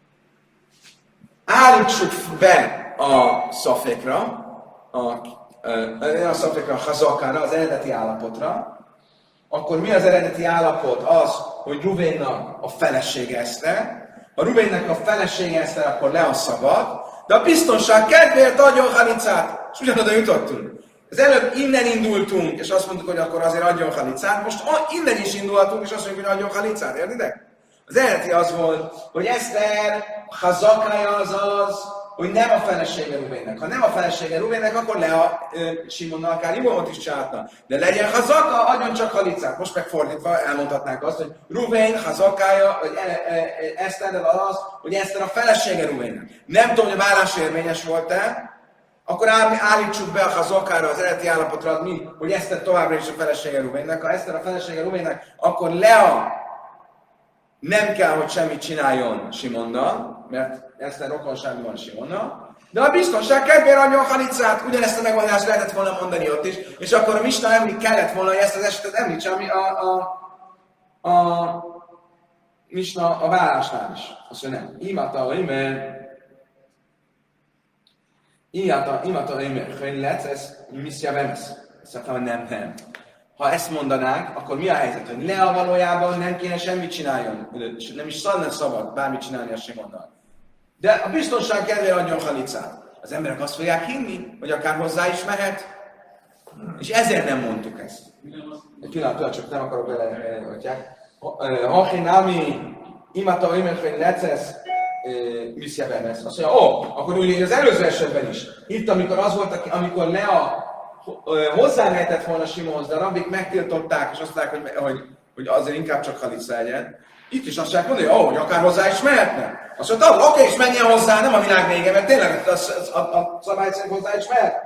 Állítsuk be a szafékra, a hazakára, az eredeti állapotra, akkor mi az eredeti állapot? Az, hogy Ruvénnak a felesége Eszter. Ha Ruvénnek a felesége Eszter, akkor le a szabad, de a biztonság kedvéért adjon halicát. És ugyanoda jutottunk. Az előbb innen indultunk, és azt mondtuk, hogy akkor azért adjon halicát. Most innen is indulhatunk, és azt mondjuk, hogy adjon halicát. Értitek? Az eredeti az volt, hogy Eszter, ha zakája az, hogy nem a felesége Ruvénnek. Ha nem a felesége Ruvénnek, akkor Lea Simonnal akár Jubomot is csinálhatna. De legyen hazaka, adjon csak halicát. Most megfordítva elmondhatnánk azt, hogy Ruvén hazakája, vagy Eszterrel az, hogy Eszter a felesége Ruvénnek. Nem tudom, hogy a vállás érvényes volt-e, akkor állítsuk be a hazakára az eredeti állapotra, hogy Eszter továbbra is a felesége Ruvénnek. Ha Eszter a felesége Ruvénnek, akkor Lea nem kell, hogy semmit csináljon Simonnal, mert Eszter rokonságban van Simonnal, de a biztonság kedvére adjon halicát, ugyanezt a megoldást lehetett volna mondani ott is, és akkor a Misna kellett volna, hogy ezt az esetet említse, ami a Misna a vállásnál is. Azt mondja, nem. Imata, hogy lesz, ez miszja vemesz. Azt mondja, nem. Ha ezt mondanánk, akkor mi a helyzet? Hogy Lea valójában nem kéne semmit csináljon, nem is szabad bármit csinálni a Simonnal. De a biztonság kedvére adjon halicát. Az emberek azt fogják hinni, hogy akár hozzá is mehet, és ezért nem mondtuk ezt. Egy pillanat, csak nem akarok beleadják. Hachinámi imata imenfény lecesz miszjebemesz. Azt mondja, akkor úgy az előző esetben is. Itt, amikor az volt, amikor Lea hozzámehetett volna Simonhoz, de a rabbik megtiltották, és azt mondták, hogy azért inkább csak halica legyen. Itt is azt mondják mondani, hogy akár hozzá is mehetne. Azt mondta, oké, és menjen hozzá, nem a világ vége, mert tényleg a szabály szerint hozzá is mehet.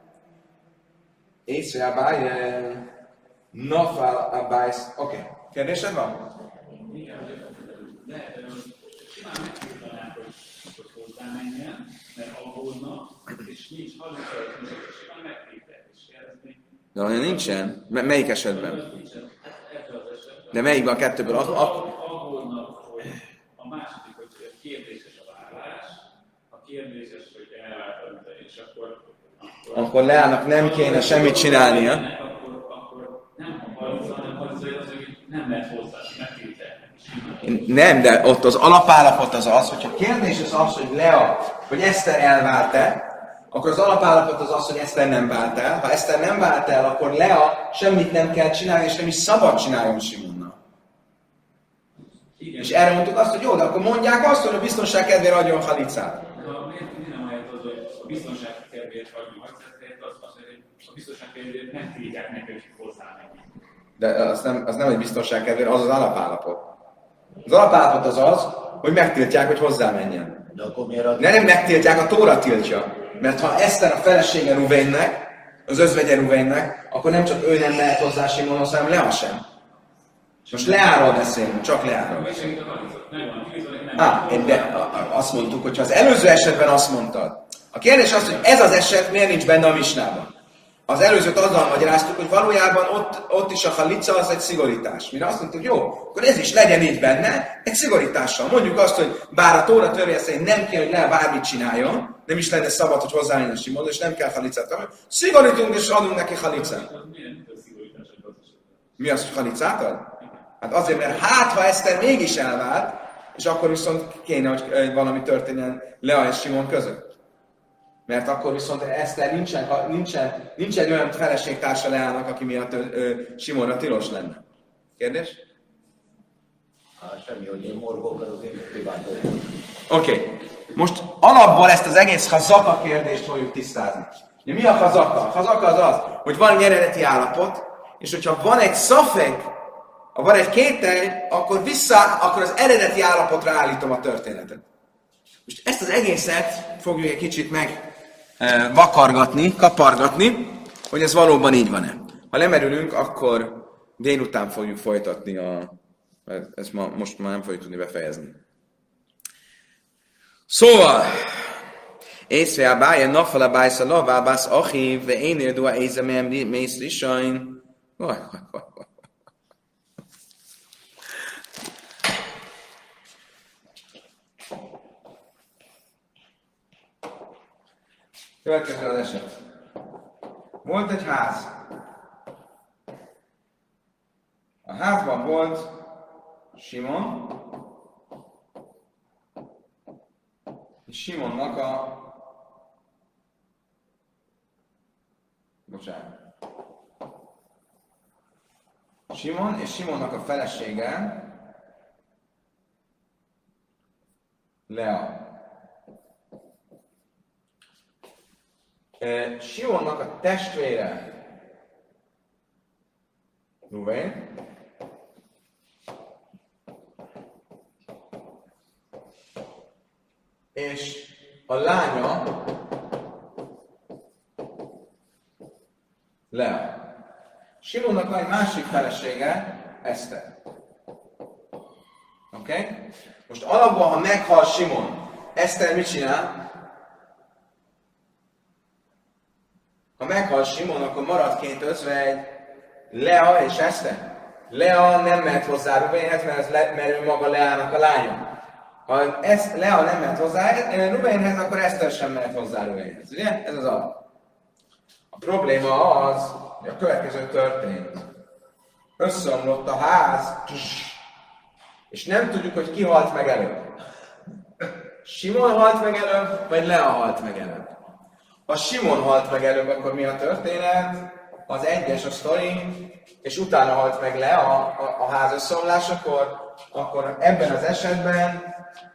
Észre a báj, nafál a bájsz. Oké, kérdésed van? De simán megtiltanák, hogy hozzá menjen, mert aggódnak, és nincs halica, és simán megtiltják, és kérdezni. De olyan nincsen. Melyik esetben? De melyikben a kettőből? Aggódnak, hogy a második, hogy kérdéses a vállás, a kérdéses, hogy elvált, és akkor Leának nem kéne semmit csinálnia. Akkor nem a halica, hanem a halica az, hogy nem lehet hozzá, megtiltják. Nem, de ott az alapállapot az, hogyha kérdés az, hogy Lea, hogy Eszter elvált-e, akkor az alapállapot az, hogy Eszter nem vált el. Ha Eszter nem vált el, akkor Lea semmit nem kell csinálni, és nem is szabad csináljon Simonnal. És erre mondtuk azt, hogy jó, de akkor mondják azt, hogy a biztonság kedvére adjon halicát. Miért nem lehet az, hogy a biztonság kedvéért adjon halicát, tehát azt mondja, hogy a biztonság kedvéért megtiltják neki, hogy hozzámenni. De az nem egy biztonság kedvére, az az alapállapot. Az alapállapot az, hogy megtiltják, hogy hozzámenjen. De akkor miért de nem megtiltják, a Tóra tiltja. Mert ha Eszter a felesége Ruvénnek, az özvegye Ruvénnek, akkor nem csak ő nem mehet hozzá Simonhoz, hanem Lea sem. Most Leáról beszélünk, csak Leáról. De azt mondtuk, hogy ha az előző esetben azt mondtad. A kérdés az, hogy ez az eset miért nincs benne a Misnában. Az előzőt azzal magyaráztuk, hogy valójában ott is a halica az egy szigorítás. Mire azt mondtuk, jó, akkor ez is legyen így benne, egy szigorítással. Mondjuk azt, hogy bár a Tóra törvény szerint nem kell, hogy Lea bármit csináljon, nem is lenne szabad, hogy hozzájön a Simon, és nem kell halicát adni. Szigorítunk és adunk neki halicát. Mi az, hogy halicát ad? Hát azért, mert ha Eszter mégis elvált, és akkor viszont kéne, hogy valami történjen Lea és Simon között. Mert akkor viszont Eszter nincsen olyan feleségtársa Leának, aki miatt Simonra tilos lenne. Kérdés? Semmi, hogy én morgok, az én privát. Oké. Most alapból ezt az egész hazaka kérdést fogjuk tisztázni. De mi a hazaka? A hazaka az, hogy van egy eredeti állapot, és hogyha van egy szafek, ha van egy kétel, akkor az eredeti állapotra állítom a történetet. Most ezt az egészet fogjuk egy kicsit vakargatni, kapargatni, hogy ez valóban így van-e. Ha lemerülünk, akkor délután fogjuk folytatni ezt most már nem fogjuk tudni befejezni. Szóval, észre a bája, nafala bájsza lavábász, achiv, ve én érdua ézemem mész risajn. Következő az eset. Volt egy ház. A házban volt Simon, és Simonnak Simon és Simonnak a felesége Lea. Simonnak a testvére Ruvén, és a lánya Lea. Simonnak van egy másik felesége, Eszter. Oké? Okay? Most alapban, ha meghal Simon, Eszter mit csinál? Ha meghal Simon, akkor marad két özvegy, Lea és Eszter. Lea nem mehet hozzá Ruvénhez, mert ő maga Leának a lánya. Ha Lea nem mehet hozzá Ruvénhez, akkor Eszter sem mehet hozzá Ruvénhez. Ugye? Ez az alap. A probléma az, hogy a következő történt. Összeomlott a ház, és nem tudjuk, hogy ki halt meg előbb. Simon halt meg előbb, vagy Lea halt meg előbb. Ha Simon halt meg előbb, akkor mi a történet? Az egyes a sztori, és utána halt meg Lea a ház összeomlásakor, akkor ebben az esetben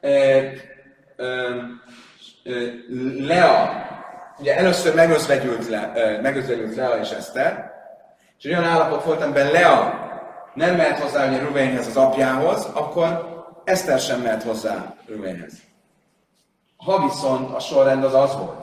Lea, ugye először megözvegyült Lea és Eszter, és olyan állapot volt, amiben Lea nem mehet hozzá ugye Ruvénhez, az apjához, akkor Eszter sem mehet hozzá Ruvénhez. Ha viszont a sorrend az volt,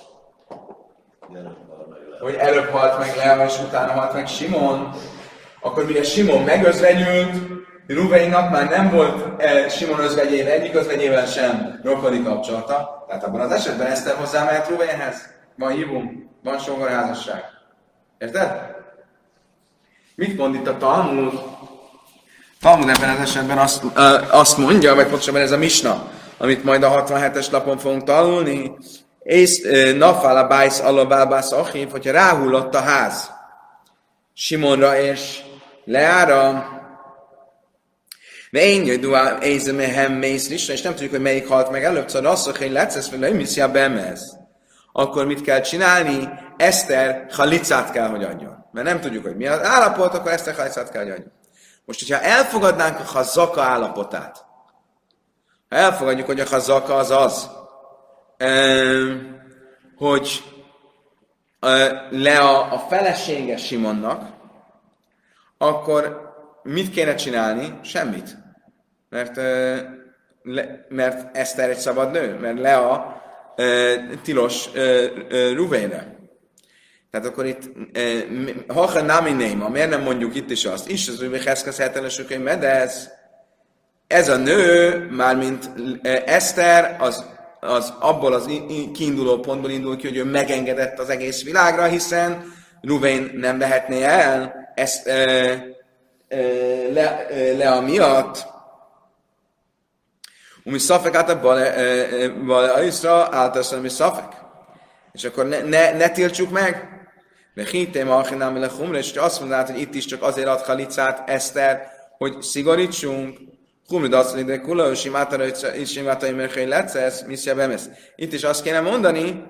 hogy előbb halt meg Lea, és utána halt meg Simon, akkor mire Simon megözvegyült, Ruvénnak már nem volt Simon özvegyével, egyik özvegyével sem rokoni kapcsolata, tehát abban az esetben Eszter hozzá mehet Ruvénhez. Van hívum, van sógorházasság. Érted? Mit mond itt a Talmud? Talmud ebben az esetben azt mondja, vagy pontosabban ez a misna, amit majd a 67-es lapon fogunk tanulni, és nafál a bájsz alabábász achív, hogyha ráhullott a ház Simonra és Leára, én jöjjön ézemehem mész és nem tudjuk, hogy melyik halt meg előbb, szóval azt, hogy letszesz, hogy nem hiszi a bemez. Akkor mit kell csinálni? Eszter halicát kell, hogy adjon. Mert nem tudjuk, hogy mi az állapot, akkor Eszter halicát kell, hogy adjon. Most, hogyha elfogadnánk a hazaka állapotát, ha elfogadjuk, hogy a hazaka az az, hogy Lea a felesége Simonnak, akkor mit kéne csinálni? Semmit. Mert Eszter egy szabad nő, mert Lea tilos Ruvénre. Tehát akkor itt ha nami néma, miért nem mondjuk itt is azt? Is az Ruvénhez hetelesük, de ez a nő, mármint Eszter, az abból az kiinduló pontból indul ki, hogy ő megengedett az egész világra, hiszen Ruvén nem vehetné el ezt Lea miatt. Mi szafek át a bale általában mi szafek. És akkor ne tiltsuk meg. De hittem a achinám le humra, és azt mondanád, hogy itt is csak azért ad halicát Eszter, hogy szigorítsunk. Humrid azt mondja, hogy kula, és imátai merkei lecesz, miszja bemesz. Itt is azt kéne mondani,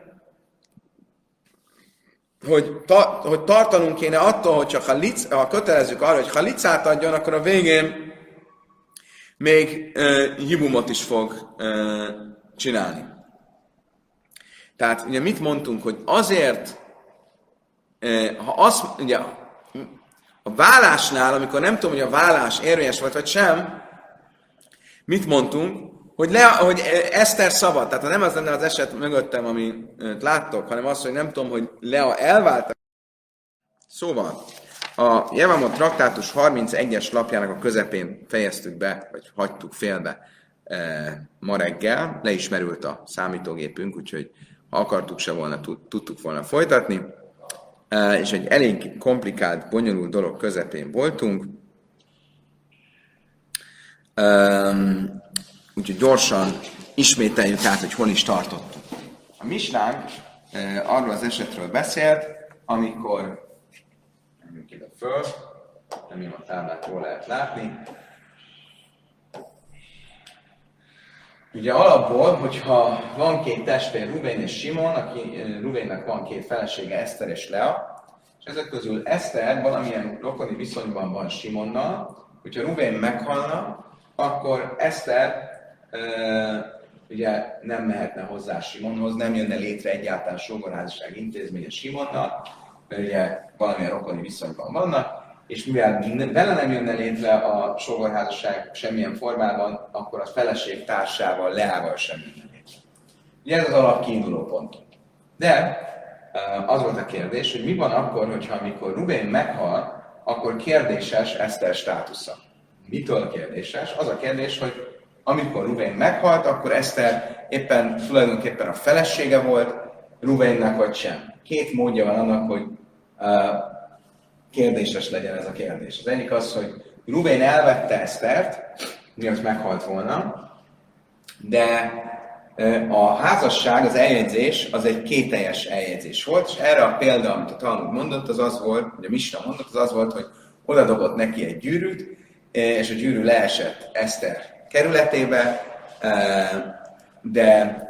hogy tartanunk kéne attól, hogy csak ha kötelezzük arra, hogy halicát adjon, akkor a végén még hibumot is fog csinálni. Tehát ugye mit mondtunk, hogy azért, ha azt, ugye a vállásnál, amikor nem tudom, hogy a vállás érvényes volt, vagy sem, mit mondtunk, hogy Eszter szabad. Tehát ha nem az lenne az eset mögöttem, amit láttok, hanem az, hogy nem tudom, hogy Lea elvált. Szóval, a Jevamot traktátus 31-es lapjának a közepén fejeztük be, vagy hagytuk félbe ma reggel. Le is merült a számítógépünk, úgyhogy ha akartuk se volna, tudtuk volna folytatni. És egy elég komplikált, bonyolult dolog közepén voltunk. Úgyhogy gyorsan ismételjük át, hogy hol is tartottunk. A misnánk arról az esetről beszélt, amikor nem a táblát jól lehet látni. Ugye alapból, hogyha van két testvér, Ruvén és Simon, Ruvénnek van két felesége, Eszter és Lea, és ezek közül Eszter valamilyen rokoni viszonyban van Simonnal, hogyha Ruvén meghalna, akkor Eszter ugye nem mehetne hozzá Simonhoz, nem jönne létre egyáltalán sógorházasság intézménye Simonnal, mert ugye valamilyen rokoni viszonyban vannak, és mivel vele nem jönne létre a sógorházasság semmilyen formában, akkor a feleség társával, Leával sem jönne létre. Ugye ez az alap kiinduló pont. De az volt a kérdés, hogy mi van akkor, hogyha amikor Ruvén meghal, akkor kérdéses Eszter státusza. Mitől kérdéses? Az a kérdés, hogy amikor Ruvén meghalt, akkor Eszter éppen tulajdonképpen a felesége volt Ruvénnek vagy sem. Két módja van annak, hogy kérdéses legyen ez a kérdés. Az egyik az, hogy Ruvén elvette Esztert, mielőtt meghalt volna, de a házasság, az eljegyzés, az egy kételjes eljegyzés volt, és erre a példa, amit a Talmud mondott, az az volt, vagy a Misna mondott, az az volt, hogy oda dobott neki egy gyűrűt, és a gyűrű leesett Eszter kerületébe, de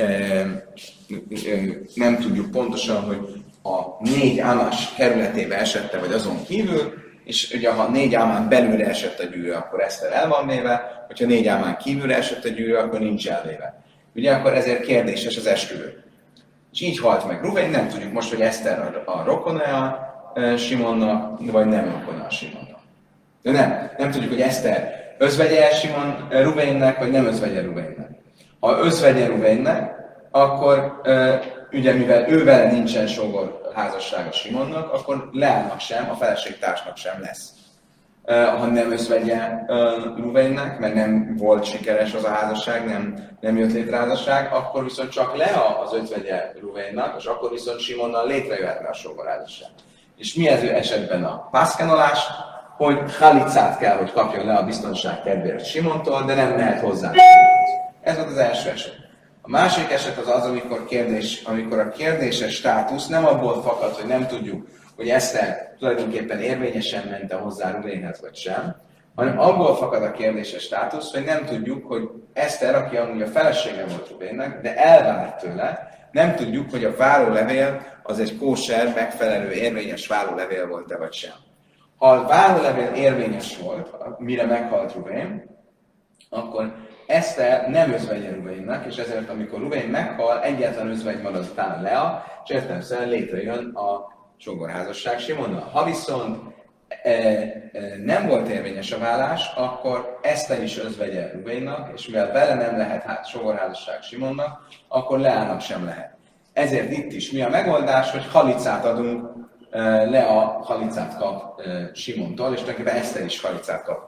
nem tudjuk pontosan, hogy a 4 ámás kerületébe esette, vagy azon kívül, és ugye ha 4 ámán belülre esett a gyűrű, akkor Eszter el van véve, hogyha 4 ámán kívülre esett a gyűrű, akkor nincs elvéve. Ugye akkor ezért kérdéses az esküvő. És így halt meg Ruvén, nem tudjuk most, hogy Eszter a rokona Simonnak, vagy nem rokona Simonnak. De nem tudjuk, hogy Eszter özvegye Ruvénnek, vagy nem özvegye Ruvénnek. Ha özvegye Ruvénnek, akkor ugye mivel ő vele nincsen sógor házassága Simonnak, akkor Leának sem, a feleségtársnak sem lesz. Ha nem özvegye Ruvénnek, mert nem volt sikeres az a házasság, nem jött létre házasság, akkor viszont csak Lea az özvegye Ruvénnak, és akkor viszont Simonnal létrejöhetne a sógor házasság. És mi ez ő esetben a pászkenolás? Hogy halicát kell, hogy kapjon le a biztonság kedvéért Simontól, de nem mehet hozzá. Ez volt az első eset. A másik eset az az, amikor a kérdéses státusz nem abból fakad, hogy nem tudjuk, hogy Eszter tulajdonképpen érvényesen mente hozzá Ruvénhez vagy sem, hanem abból fakad a kérdéses státusz, hogy nem tudjuk, hogy Eszter, aki amúgy a felesége volt Ruvénnek, de elvált tőle, nem tudjuk, hogy a várólevél az egy kóser, megfelelő, érvényes várólevél volt-e vagy sem. Ha a várólevél érvényes volt, mire meghalt Ruvén, akkor Eszter nem özvegye Ruvénnek, és ezért amikor Ruvén meghal, egyetlen özvegy marad utána Lea, és értelemszerűen létrejön a sógorházasság Simonnal. Ha viszont nem volt érvényes a vállás, akkor Eszter is özvegye Ruvénnak, és mivel vele nem lehet sógorházasság Simonnak, akkor Leának sem lehet. Ezért itt is mi a megoldás, hogy halicát adunk, Lea halicát kap Simontól, és tulajdonképpen Eszter is halicát kap.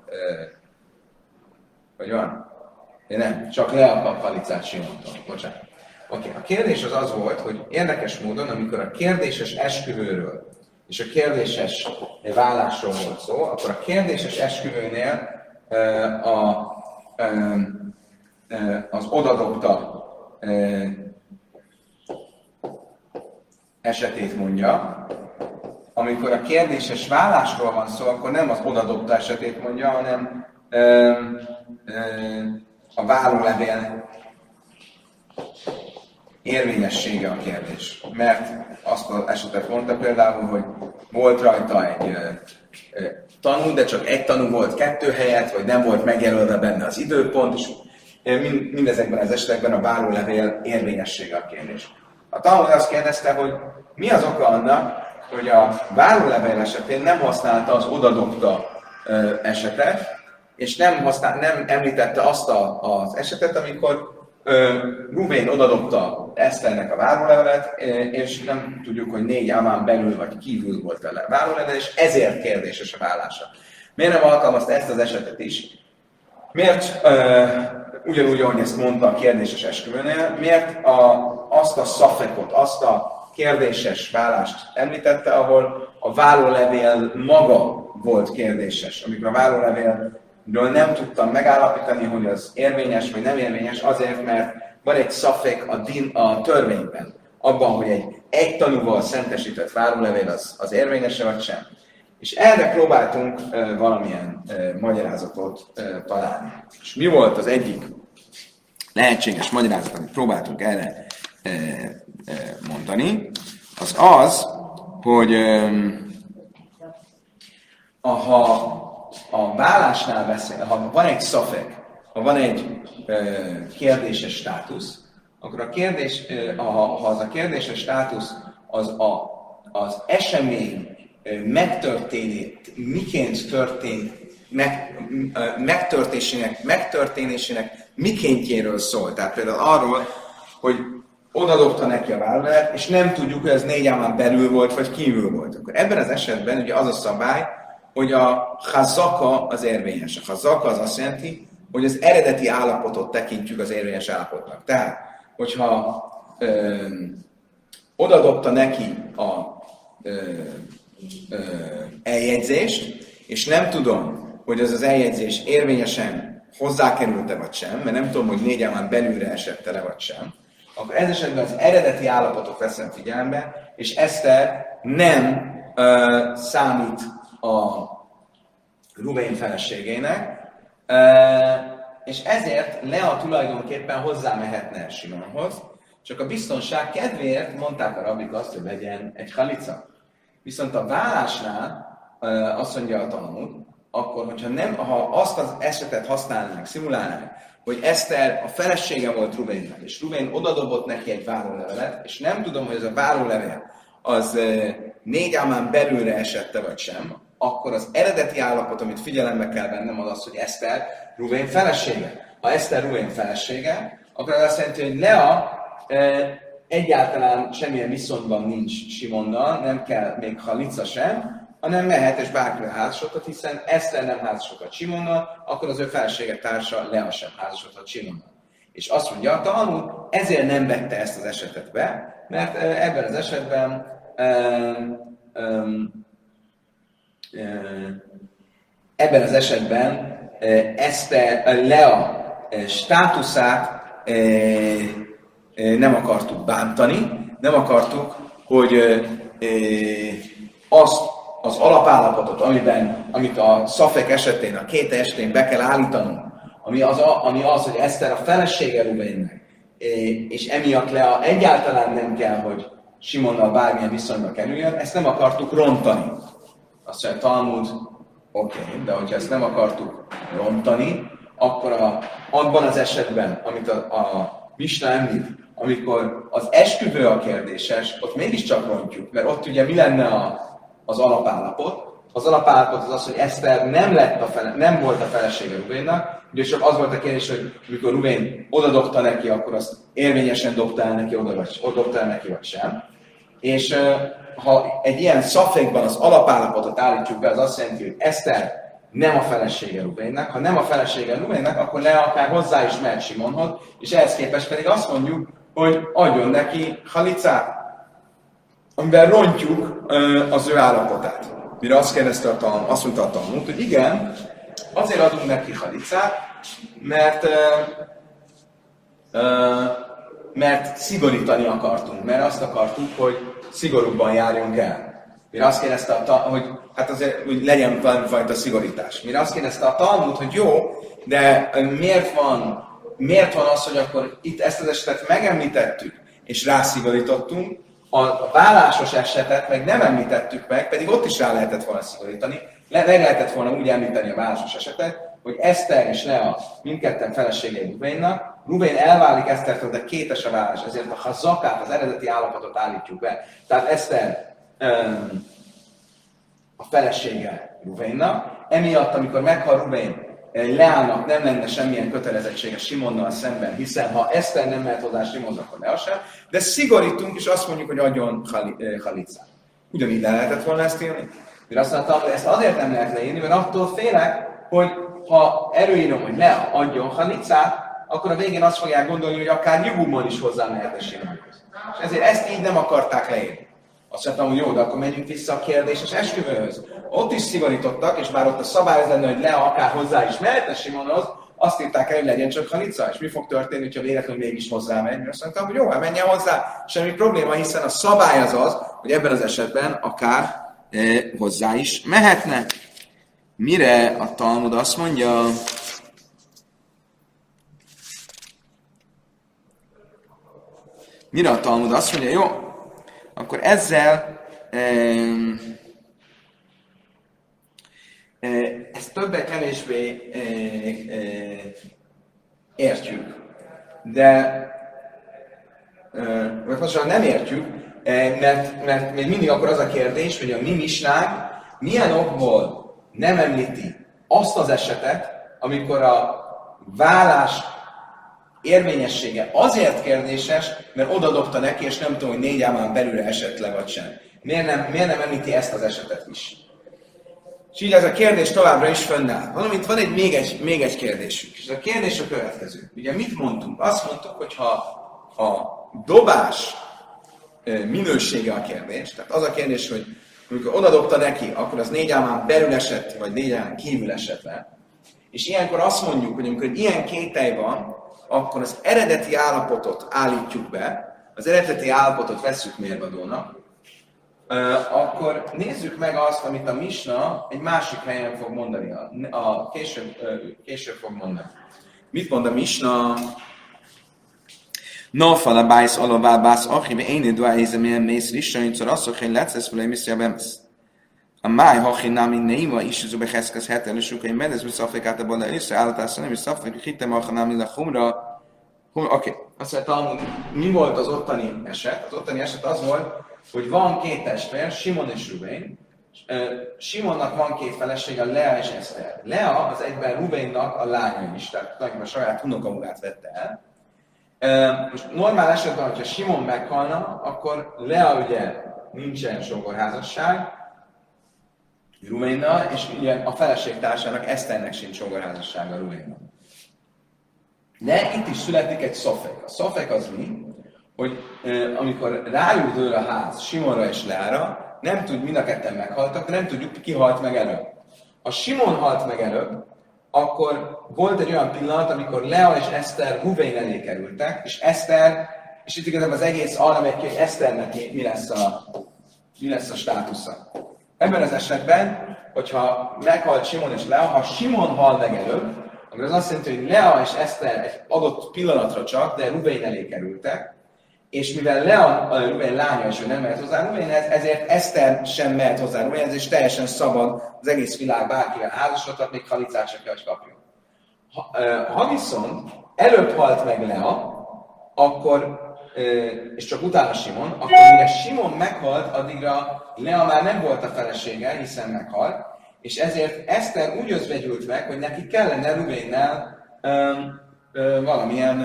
Hogy van? Nem, csak Lea kap halicát Simontól. Bocsánat. Oké. A kérdés az volt, hogy érdekes módon, amikor a kérdéses esküvőről és a kérdéses vállásról volt szó, akkor a kérdéses esküvőnél az odadobta esetét mondja. Amikor a kérdéses vállásról van szó, akkor nem az odadobta esetét mondja, hanem a vállólevél érvényessége a kérdés. Mert azt az esetet mondta például, hogy volt rajta egy tanú, de csak egy tanú volt 2 helyett, vagy nem volt megjelölve benne az időpont, és mindezekben az esetekben a vállólevél érvényessége a kérdés. A tanú azt kérdezte, hogy mi az oka annak, hogy a vállólevél esetén nem használta az odadobta esetet, és nem említette azt az esetet, amikor Ruvén odadobta Eszternek a vállólevelet, és nem tudjuk, hogy 4 ámán belül vagy kívül volt a vállólevel, és ezért kérdéses a vállása. Miért nem alkalmazta ezt az esetet is? Miért, ugyanúgy, ahogy ezt mondta a kérdéses esküvőnél, miért azt a szafekot, azt a kérdéses vállást említette, ahol a vállólevél maga volt kérdéses, amikor a vállólevélről nem tudtam megállapítani, hogy az érvényes vagy nem érvényes, azért, mert van egy szafek a törvényben, abban, hogy egy tanúval szentesített vállólevél az érvényes vagy sem. És erre próbáltunk valamilyen magyarázatot találni. És mi volt az egyik lehetséges magyarázat, amit próbáltunk erre mondani, az az, hogy ha a vállásnál beszél, ha van egy szafek, ha van egy kérdéses státusz, akkor a kérdés, ha az a kérdéses státusz az esemény miként történt, megtörténésének mikéntjéről szól. Tehát például arról, hogy odadobta neki a vállalat, és nem tudjuk, hogy ez 4 ámán belül volt, vagy kívül volt. Akkor ebben az esetben ugye az a szabály, hogy a chazaka az érvényes. A chazaka az azt jelenti, hogy az eredeti állapotot tekintjük az érvényes állapotnak. Tehát, hogyha odadobta neki a eljegyzést, és nem tudom, hogy ez az eljegyzés érvényesen hozzákerült-e vagy sem, mert nem tudom, hogy 4 ámán belülre esett-e vagy sem, akkor ez esetben az eredeti állapotot veszem figyelembe, és Eszter nem számít a Ruvén feleségének, és ezért Lea tulajdonképpen hozzámehetne Simonhoz, csak a biztonság kedvéért mondták a rabik azt, hogy legyen egy halica. Viszont a vállásnál azt mondja a Talmud, akkor, ha azt az esetet használnánk, szimulálnánk, hogy Eszter a felesége volt Ruvénnek, és Ruvén odadobott neki egy várólevelet, és nem tudom, hogy ez a várólevél az 4 ámán belülre esette vagy sem, akkor az eredeti állapot, amit figyelembe kell vennem, az az, hogy Eszter Ruvén felesége. Ha Eszter Ruvén felesége, akkor az azt jelenti, hogy Lea egyáltalán semmilyen viszonyban nincs Simonnal, nem kell még halica sem, hanem mehet és bárkivel házasodhat, hiszen Eszter nem házasodhat Simonnal, akkor az ő felesége társa Lea sem házasodhat Simonnal. És azt mondja a Talmud, ezért nem vette ezt az esetet be, mert ebben az esetben Lea státuszát nem akartuk bántani, nem akartuk, hogy azt az alapállapotot, amit a szafek esetén, a két esetén be kell állítanunk, ami az, hogy Eszter a felesége Ruvénnek, és emiatt Lea egyáltalán nem kell, hogy Simonnal bármilyen viszonyba kerüljön, ezt nem akartuk rontani. Azt mondja, Talmud, oké, de hogyha ezt nem akartuk rontani, akkor abban az esetben, amit a Misna említ, amikor az esküvő a kérdéses, ott mégiscsak rontjuk, mert ott ugye mi lenne az alapállapot? Az alapállapot az az, hogy Eszter nem volt a felesége Ruvénnak, ugye csak az volt a kérdés, hogy amikor Ruvén odadobta neki, akkor azt érvényesen dobta el neki vagy sem. És ha egy ilyen szafékban az alapállapotot állítjuk be, az azt jelenti, hogy Eszter nem a felesége Ruvénnek. Ha nem a felesége Ruvénnek, akkor Lea akár hozzá is mehet Simonhoz, és ehhez képest pedig azt mondjuk, hogy adjon neki halicát, amivel rontjuk az ő állapotát. Mire azt mondta a Talmud, hogy igen, azért adunk neki halicát, mert szigorítani akartunk, mert azt akartuk, hogy szigorúbban járjunk el. Mire azt kérdezte hogy hát azért hogy legyen valamifajta szigorítás. Mire azt kérdezte a Talmud, hogy jó, de miért van az, hogy akkor itt ezt az esetet megemlítettük, és rászigorítottunk, a vállásos esetet meg nem említettük meg, pedig ott is rá lehetett volna szigorítani, meg lehetett volna úgy említeni a vállásos esetet, hogy Eszter és Lea mindketten feleségei Ruvénnak, Ruvén elválik Esztertől, de kétes a vállás, ezért ha zakát, az eredeti állapotot állítjuk be. Tehát Eszter a felesége Ruvénnak, emiatt, amikor meghal Ruvén, Leának nem lenne semmilyen kötelezettsége Simonnal szemben, hiszen ha Eszter nem mehet hozzá Simonhoz, akkor Lea sem, de szigorítunk, és azt mondjuk, hogy adjon halicát. Ugyanígy le lehetett volna ezt írni. Én azt mondtam, hogy ezt azért nem lehet leírni, mert attól félek, hogy ha előírom, hogy Lea adjon halicát, akkor a végén azt fogják gondolni, hogy akár Jubumon is hozzá mehet Simonhoz. És ezért ezt így nem akarták leírni. Azt mondtam, hogy jó, de akkor menjünk vissza a kérdéses esküvőhöz. Ott is szigorítottak, és bár ott a szabály az lenne, hogy Lea akár hozzá is mehetne Simonhoz, azt írták el, hogy legyen csak halica. És mi fog történni, ha véletlenül mégis hozzámegy? Azt mondtam, hogy jó, hát menjen hozzá, semmi probléma, hiszen a szabály az az, hogy ebben az esetben akár hozzá is mehetne. Mire a Talmud azt mondja, jó, akkor ezzel ezt többé-kevésbé értjük. De most nem értjük, mert még mindig akkor az a kérdés, hogy a mi misnánk milyen okból nem említi azt az esetet, amikor a vállás érvényessége azért kérdéses, mert odadobta neki, és nem tudom, hogy 4 ámán belülre esett le, vagy sem. Miért nem említi ezt az esetet is? És így ez a kérdés továbbra is fönnáll. Valamint van még egy kérdésünk. És a kérdés a következő. Ugye mit mondtunk? Azt mondtuk, hogy ha a dobás minősége a kérdés, tehát az a kérdés, hogy amikor odadobta neki, akkor az 4 ámán belül esett, vagy 4 ámán kívül esett le. És ilyenkor azt mondjuk, hogy amikor ilyen kételj van, akkor az eredeti állapotot állítjuk be, az eredeti állapotot vesszük mérvadónak, akkor nézzük meg azt, amit a Misna egy másik helyen fog mondani, később fog mondani. Mit mond a Misna? Nafal a bájsz alavá bász achibe éni duáhézem ilyen mész rissaincsor asszok, hogy letszesz vele émiszja bemesz. A máj hachi námi néma is az ubeheszkez heteles ukai medez, mi szafékát a bala észre állatásra, nem is szafék, hittem a námi le humra. Oké, azt mondja, mi volt az ottani eset? Az ottani eset az volt, hogy van 2 testvér, Simon és Rubén. Simonnak van 2 felesége, Lea és Eszter. Lea az egyben Rubénnak a lánya is, tehát a saját unokamugát vette el. Most normál esetben, hogyha Simon meghalna, akkor Lea ugye nincsen sógorházasság Rubénnal, és ugye a feleségtársának Eszternek sincs sógorházassága Rubénnal. De itt is születik egy szofek. A szofek az mi? Hogy amikor rájuk dől a ház Simonra és Leára, nem tud, mind a ketten meghaltak, nem tudjuk, ki halt meg előbb. Ha Simon halt meg előbb, akkor volt egy olyan pillanat, amikor Lea és Eszter Ruvén elé kerültek, és Eszter, és itt igazából az egész arra megy ki, hogy Eszternek mi lesz a státusza. Ebben az esetben, hogyha meghalt Simon és Lea, ha Simon hal meg előbb, akkor az azt jelenti, hogy Lea és Eszter egy adott pillanatra csak, de Ruvén elé kerültek, és mivel Lea, Rubén lánya is, ő nem mehet hozzá Rubénhez, ezért Eszter sem mehet hozzá Rubénhez, és teljesen szabad az egész világ bárkivel házasodhat, még halicát se kell, hogy kapjon. Ha viszont előbb halt meg Lea, akkor, és csak utána Simon, akkor mire Simon meghalt, addigra Lea már nem volt a felesége, hiszen meghalt, és ezért Eszter úgy özvegyült meg, hogy neki kellene Rubénnel valamilyen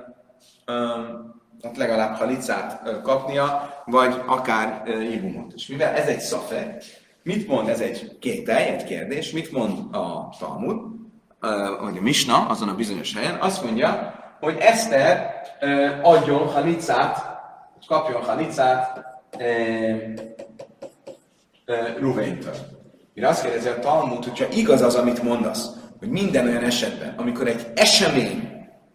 legalább halicát kapnia, vagy akár ibumot. És mivel ez egy szafek, mit mond, ez egy kételj, egy kérdés, mit mond a Talmud, vagy a Misna, azon a bizonyos helyen, azt mondja, hogy Eszter adjon halicát, kapjon halicát Rubéntől. Mire azt kérdezi a Talmud, hogyha igaz az, amit mondasz, hogy minden olyan esetben, amikor egy esemény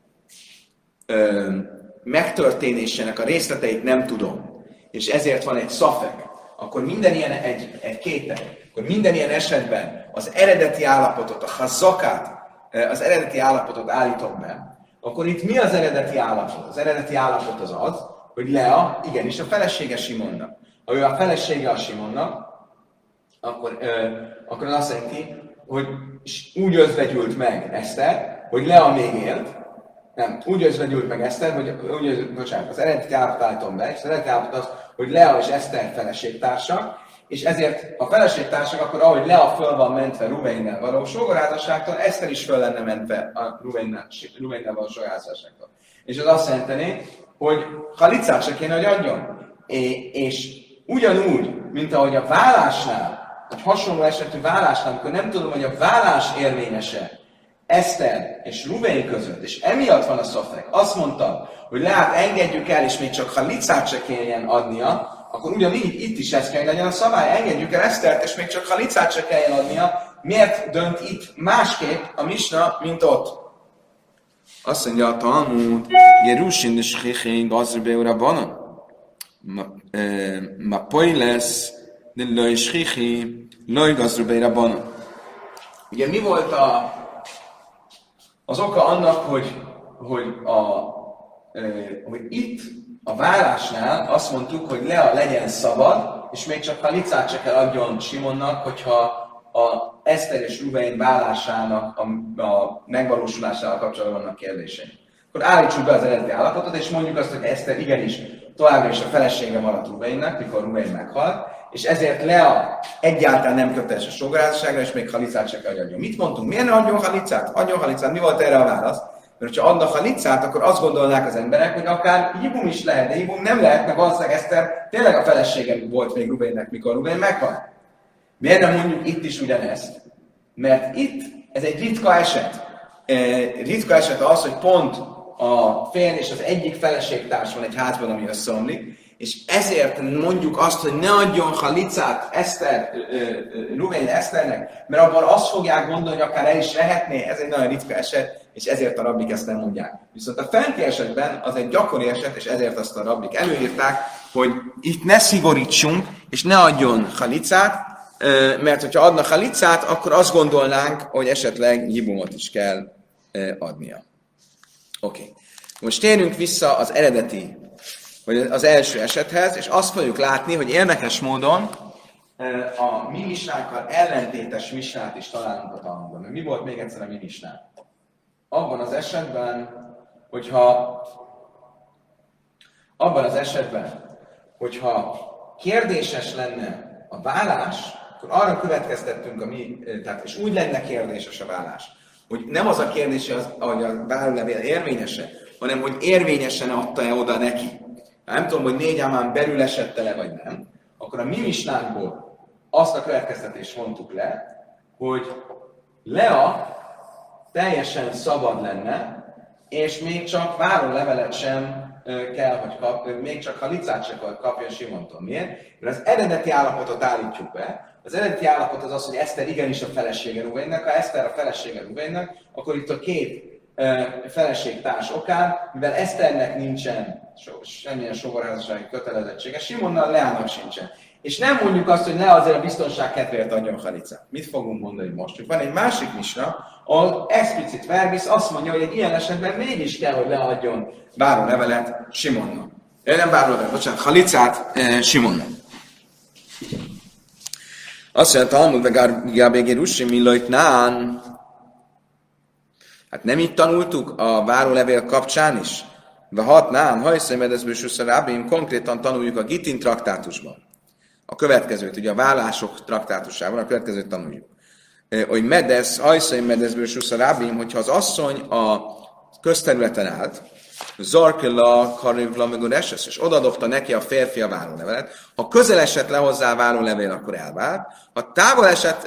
megtörténésének a részleteit nem tudom, és ezért van egy szafek, akkor minden ilyen egy kételj, akkor minden ilyen esetben az eredeti állapotot, a hazakát, az eredeti állapotot állítom be, akkor itt mi az eredeti állapot? Az eredeti állapot az, hogy Lea igenis a felesége Simonnak. Ha ő a felesége a Simonnak, akkor az azt jelenti, hogy úgy özvegyült meg Eszter, hogy Lea még élt, nem, úgy özvegyült meg Eszter, az eredeti állapot állítom be, és az eredeti állapot az, hogy Lea és Eszter feleségtársak, és ezért a feleségtársak, akkor ahogy Lea föl van mentve Rubénnel való sógorházasságtól, Eszter is föl lenne mentve a Rubénnel való sógorházasságtól. És az azt jelenteni, hogy halicát se kéne, hogy adjon. És ugyanúgy, mint ahogy a vállásnál, egy hasonló esetű vállásnál, amikor nem tudom, hogy a vállás érvényese Eszter és Rubén között, és emiatt van a szofek, azt mondta, hogy Leát engedjük el, és még csak halicát se kelljen adnia, akkor ugyanígy itt is ez kell legyen a szabály, engedjük el Esztert, és még csak halicát se kelljen adnia. Miért dönt itt másképp a Misna, mint ott? Azt mondja a Talmud, Jerusin de Schichin Gazrbeura Bana, ma poiles de löj schichi, löj gazrubeira bana. Ugye mi volt az oka annak, hogy itt a vállásnál azt mondtuk, hogy Lea legyen szabad, és még csak halicát se kell adjon Simonnak, hogyha a Eszter és Ruben vállásának a megvalósulásával kapcsolatban vannak kérdései. Akkor állítsuk be az eredeti állapotot, és mondjuk azt, hogy Eszter igenis továbbra is a felesége maradt Rubennek, mikor Ruben meghalt, és ezért Lea egyáltalán nem köteles a sógorházasságra, és még halicát se kell, hogy adjon. Mit mondtunk? Miért ne adjon halicát? Adjon halicát. Mi volt erre a válasz? Mert ha adnak halicát, akkor azt gondolnák az emberek, hogy akár hibum is lehet, de hibum nem lehet, mert valószínűleg Eszter tényleg a felesége volt még Rubennek, mikor Ruben meghalt. Miért nem mondjuk itt is ugyanezt? Mert itt ez egy ritka eset. Ritka eset az, hogy pont a férj és az egyik feleségtárs van egy házban, ami összeomlik, és ezért mondjuk azt, hogy ne adjon halicát Ruben Eszternek, mert abban azt fogják gondolni, hogy akár el is lehetné, ez egy nagyon ritka eset, és ezért a rabbik ezt nem mondják. Viszont a fenti esetben az egy gyakori eset, és ezért azt a rabbik előírták, hogy itt ne szigorítsunk, és ne adjon halicát, mert hogyha adna halicát, akkor azt gondolnánk, hogy esetleg jibumot is kell adnia. Oké. Most térjünk vissza az eredeti, vagy az első esethez, és azt fogjuk látni, hogy érdekes módon a mi misnánkkal ellentétes misnát is találunk a Talmudban. Mi volt még egyszer a mi misnánk? Abban az esetben, hogyha kérdéses lenne a vállás, akkor arra következtettünk, és úgy lenne kérdéses a vállás, hogy nem az a kérdés, hogy a vállólevél érvényese, hanem hogy érvényesen adta-e oda neki. Nem tudom, hogy 4 ámán belül esette le, vagy nem, akkor a mi misnánkból azt a következtetést vontuk le, hogy Lea teljesen szabad lenne, és még csak várólevelet sem kell, hogy még csak halicát se kapjon Simontól. Miért? Mert az eredeti állapotot állítjuk be. Az eredeti állapot az, hogy Eszter igenis a felesége Rubennek. Ha Eszter a felesége Rubennek, akkor itt a két feleségtárs okán, mivel Eszternek nincsen semmilyen sógorházassági kötelezettsége, Simonnal Leának sincsen. És nem mondjuk azt, hogy ne azért a biztonság kedvéért adjon halicát. Mit fogunk mondani most? Hogy van egy másik misna, ahol explicit verbis azt mondja, hogy egy ilyen esetben mégis kell, hogy leadjon várólevelet Simonnak. Nem várólevelet, bocsánat, halicát Simonnak. Azt mondja, Talmud meg Gábé Russi Millajtnán. Hát nem itt tanultuk a várólevél kapcsán is? De hatnán, hajszemedezből Rábim, konkrétan tanuljuk a Gittin traktátusban. A következőt, ugye a vállások traktátusában, a következőt tanuljuk. Hogy hajszai medezből Rábim, hogyha az asszony a közterületen állt, Zarkela, Karivla, meg Eses, és odadobta neki a férfi a várólevelet. Ha közel esett le hozzá a várólevél, akkor elvált. Ha távol esett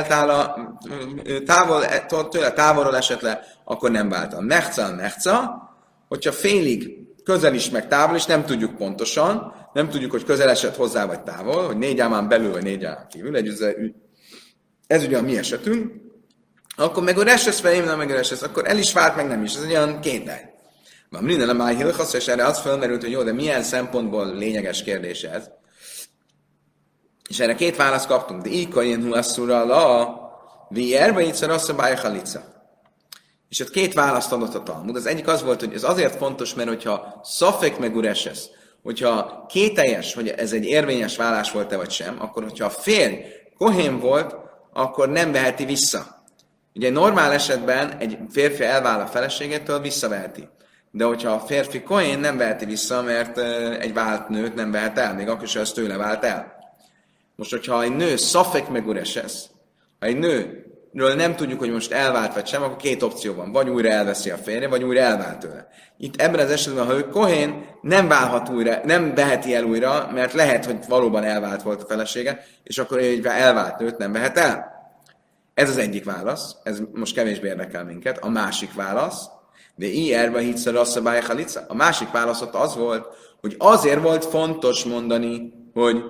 tőle távolról esett le, akkor nem vált. A mechca, hogyha félig közel is, meg távol is, nem tudjuk pontosan, nem tudjuk, hogy közel esett hozzá, vagy távol, hogy 4 ámán belül, vagy 4 ámán kívül, ez ugye a mi esetünk, akkor meg a Eses felém, meg a Eses, akkor el is vált, meg nem is, ez egy olyan kétel. Van minden a máj hilchasz, és erre az felmerült, hogy jó, de milyen szempontból lényeges kérdés ez. És erre 2 választ kaptunk. De íka ilyen huasszúra la, vierbe itt rasszabály halica. És ott 2 választ adott a Talmud. Az egyik az volt, hogy ez azért fontos, mert hogyha szafek meg ureses, hogyha kételjes, hogy ez egy érvényes vállás volt-e vagy sem, akkor hogyha a férj kohén volt, akkor nem veheti vissza. Ugye normál esetben egy férfi elvál a feleségétől, visszaveheti. De hogyha a férfi kohén nem veheti vissza, mert egy vált nőt nem vehet el, még akkor sem az tőle vált el. Most, hogyha egy nő szafek meg ureses, ha egy nőről nem tudjuk, hogy most elvált vagy sem, akkor 2 opció van. Vagy újra elveszi a férje, vagy újra elvált tőle. Itt ebben az esetben, ha ő kohén, nem válhat újra, nem veheti el újra, mert lehet, hogy valóban elvált volt a felesége, és akkor egy elvált nőt nem vehet el. Ez az egyik válasz, ez most kevésbé érdekel minket. A másik válasz, de ilyenbe hitsz rasszabály halica. A másik válasz ott az volt, hogy azért volt fontos mondani, hogy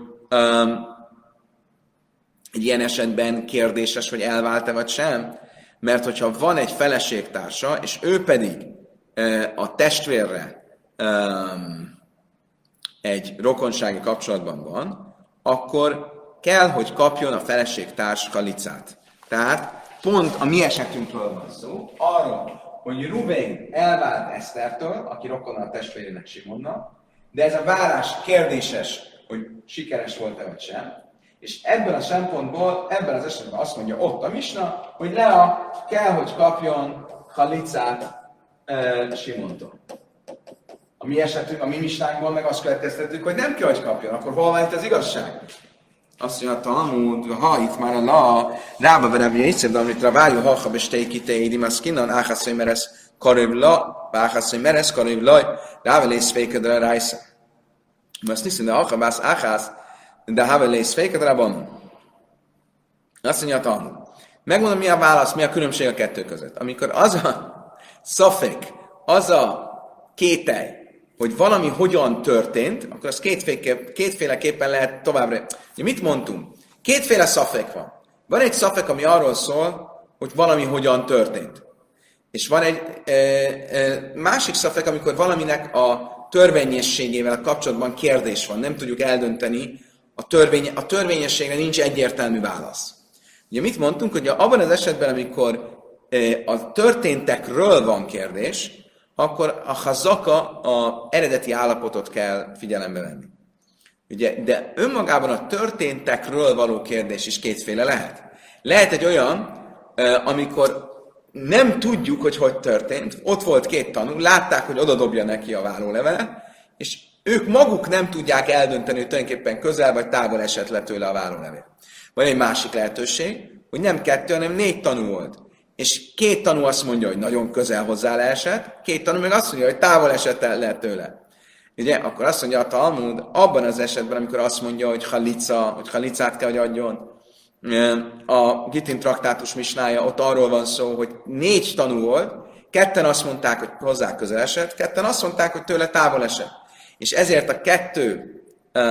egy ilyen esetben kérdéses, hogy elvált-e vagy sem, mert hogyha van egy feleségtársa, és ő pedig a testvérre egy rokonsági kapcsolatban van, akkor kell, hogy kapjon a feleségtárs halicát. Tehát pont a mi esetünkről van szó, arról, hogy Ruvén elvált Esztertől, aki rokona a testvérének Simonnak, de ez a válás kérdéses, hogy sikeres volt-e vagy sem. És ebből a szempontból, ebben az esetben azt mondja ott a Misna, hogy Lea kell, hogy kapjon halicát Simontól. A mi esetünk, a mi misnánkból meg azt következtettük, hogy nem kell, hogy kapjon. Akkor hol van itt az igazság? Azt mondja, Talmud, ha itt már a la, rába verevje észre, de amit ravájú, ha bestékítéidim, az kinnan, áhaszai meresz karöv la, áhaszai meresz karöv laj, rávelész fékedre rájsza. Azt hiszem, de akabász áhász, de rávelész fékedre van. Azt mondja, Talmud. Megmondom, mi a válasz, mi a különbség a kettő között. Amikor az a szafek, az a kételj, hogy valami hogyan történt, akkor az kétféleképpen lehet továbbra. Mit mondtunk? Kétféle szafek van. Van egy szafek, ami arról szól, hogy valami hogyan történt. És van egy másik szafek, amikor valaminek a törvényességével kapcsolatban kérdés van. Nem tudjuk eldönteni, a törvényességre nincs egyértelmű válasz. Ugye mit mondtunk, hogy abban az esetben, amikor a történtekről van kérdés, akkor a hazaka, a eredeti állapotot kell figyelembe venni. Ugye, de önmagában a történtekről való kérdés is kétféle lehet. Lehet egy olyan, amikor nem tudjuk, hogy történt, ott volt két tanú, látták, hogy odadobja neki a várólevelet, és ők maguk nem tudják eldönteni, hogy tulajdonképpen közel vagy távol esett le tőle a várólevél. Van egy másik lehetőség, hogy nem 2, hanem 4 tanú volt. És 2 tanú azt mondja, hogy nagyon közel hozzá leesett, 2 tanú meg azt mondja, hogy távol esett le tőle. Ugye, akkor azt mondja a Talmud, abban az esetben, amikor azt mondja, hogy halicát kell, hogy adjon, a Gittin traktátus misnája, ott arról van szó, hogy 4 tanú volt, 2 azt mondták, hogy hozzá közel esett, 2 azt mondták, hogy tőle távol esett. És ezért a 2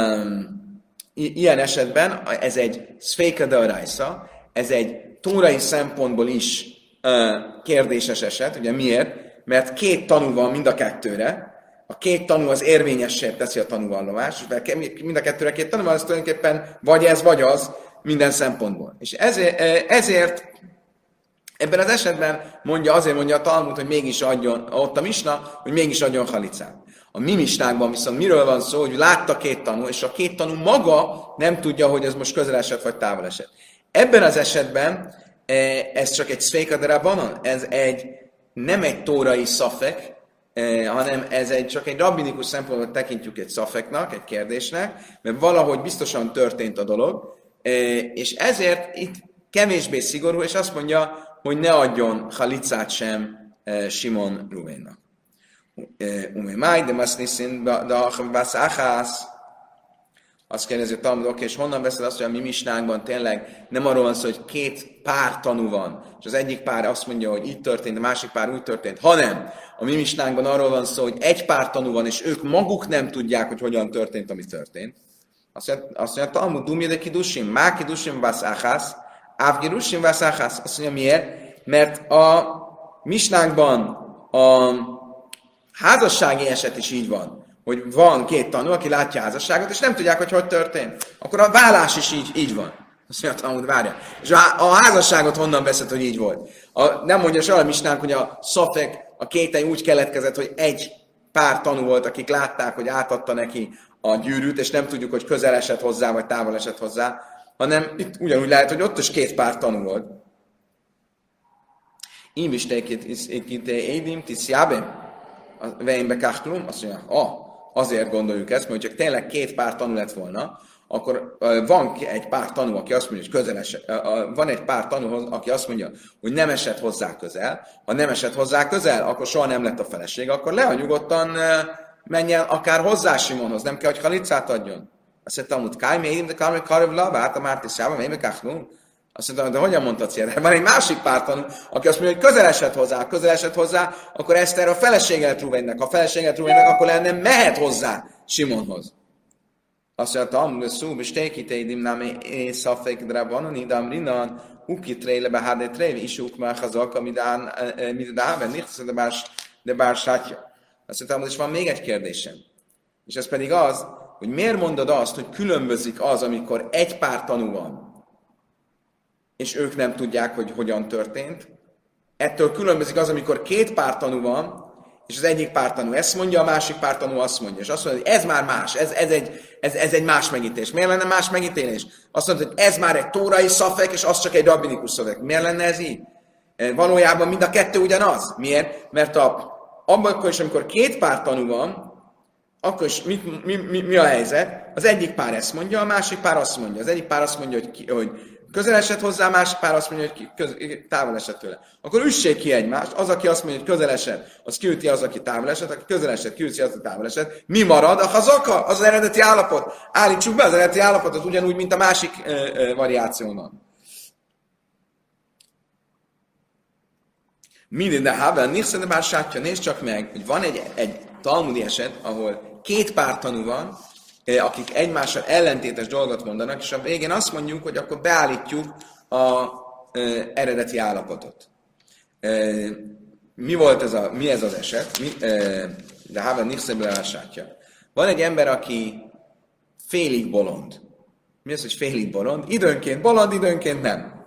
ilyen esetben ez egy szféka de rajsza, ez egy tórai szempontból is kérdéses eset. Ugye miért? Mert 2 tanú van mind a 2-re, a 2 tanú az érvényessé teszi a tanúvallomást, mert mind a 2-re 2 tanú van, az tulajdonképpen vagy ez, vagy az minden szempontból. És ezért ebben az esetben azért mondja a Talmud, hogy mégis adjon, ott a misna, hogy mégis adjon halicát. A mi misnákban viszont miről van szó, hogy látta 2 tanú, és a 2 tanú maga nem tudja, hogy ez most közel esett, vagy távol esett. Ebben az esetben ez csak egy szféka de rabbanon, ez nem egy tórai szafek, hanem ez csak egy rabbinikus szempontból tekintjük egy szafeknak, egy kérdésnek, mert valahogy biztosan történt a dolog, és ezért itt kevésbé szigorú, és azt mondja, hogy ne adjon halicát sem Simon Ruvénnak. Máj, de azt niszin, de achász. Azt kérdezi a Talmud, és honnan veszed azt, hogy a mi misnánkban tényleg nem arról van szó, hogy 2 pár tanú van, és az egyik pár azt mondja, hogy így történt, a másik pár úgy történt, hanem a mi misnánkban arról van szó, hogy 1 pár tanú van, és ők maguk nem tudják, hogy hogyan történt, ami történt. Azt mondja, Talmud, dumje de kidusim, má kidusim vász áhász, áv kidusim vász áhász. Azt mondja, miért? Mert a misnánkban a házassági eset is így van, hogy van 2 tanú, aki látja a házasságot, és nem tudják, hogy történt. Akkor a vállás is így van. Azt mondja, Talmud, várja. És a házasságot honnan veszed, hogy így volt? Nem mondja soha a misnánk, hogy a szafek, a kételj úgy keletkezett, hogy 1 pár tanú volt, akik látták, hogy átadta neki a gyűrűt, és nem tudjuk, hogy közel esett hozzá, vagy távol esett hozzá, hanem itt ugyanúgy lehet, hogy ott is 2 pár tanú volt. Én is édim, tiszjábe, vejénbe káklum, azt mondja, azért gondoljuk ezt, mert csak tényleg 2 pár tanú lett volna, akkor van egy pár tanú, aki azt mondja, hogy közel esett, van egy pár tanú, aki azt mondja, hogy nem esett hozzá közel. Ha nem esett hozzá közel, akkor soha nem lett a feleség, akkor nyugodtan menjen akár hozzá Simonhoz, nem kell, hogy halicát adjon. Azt mondta, Talmud, kájméim, de kájméim, karöv labát, a mártiszában, melybe káklum. Azt mondta, de hogyan mondtad ilyen? Van egy másik pár tanú, aki azt mondja, hogy közel esett hozzá, akkor Eszter a feleséget Ruvénnek. Ha a feleséget Ruvénnek, akkor nem mehet hozzá Simonhoz. Azt mondja, Talmud, szó, és tékíteidim, nem szafék drabanon, idám rinan, ukitréle behádé trév, isuk már hazak, midán, de bár sátja. Azt mondja, Talmud, és van még egy kérdésem. És ez pedig az, hogy miért mondod azt, hogy különbözik az, amikor egy pár tanú van, és ők nem tudják, hogy hogyan történt. Ettől különbözik az, amikor két pár tanú van, és az egyik pártanú ezt mondja, a másik pártanú azt mondja. És azt mondja, hogy ez már más, ez egy más megítélés. Miért lenne más megítélés? Azt mondja, hogy ez már egy tórai szafek, és az csak egy rabbinikus szöveg. Miért lenne ez így? Valójában mind a kettő ugyanaz. Miért? Mert abban is, amikor két pártanú van, akkor is mi a helyzet? Az egyik pár ezt mondja, a másik pár azt mondja. Az egyik pár azt mondja, hogy közel esett hozzá, a másik pár azt mondja, hogy távol esett tőle. Akkor üssék ki egymást, az, aki azt mondja, hogy közel esett, az kiüti az, aki távol esett, aki közel esett, kiüti az, aki távol esett. Mi marad? A hazaka, az eredeti állapot. Állítsuk be az eredeti állapotot, ugyanúgy, mint a másik variációnak. Minden, de Havel Nixon, de már sátja, nézd csak meg, hogy van egy talmudi eset, ahol két pár tanú van, akik egymással ellentétes dolgot mondanak, és a végén azt mondjuk, hogy akkor beállítjuk az eredeti állapotot. Mi ez az eset? De Havel Nixon sátja. Van egy ember, aki félig bolond. Mi az, hogy félig bolond? Időnként bolond, időnként nem.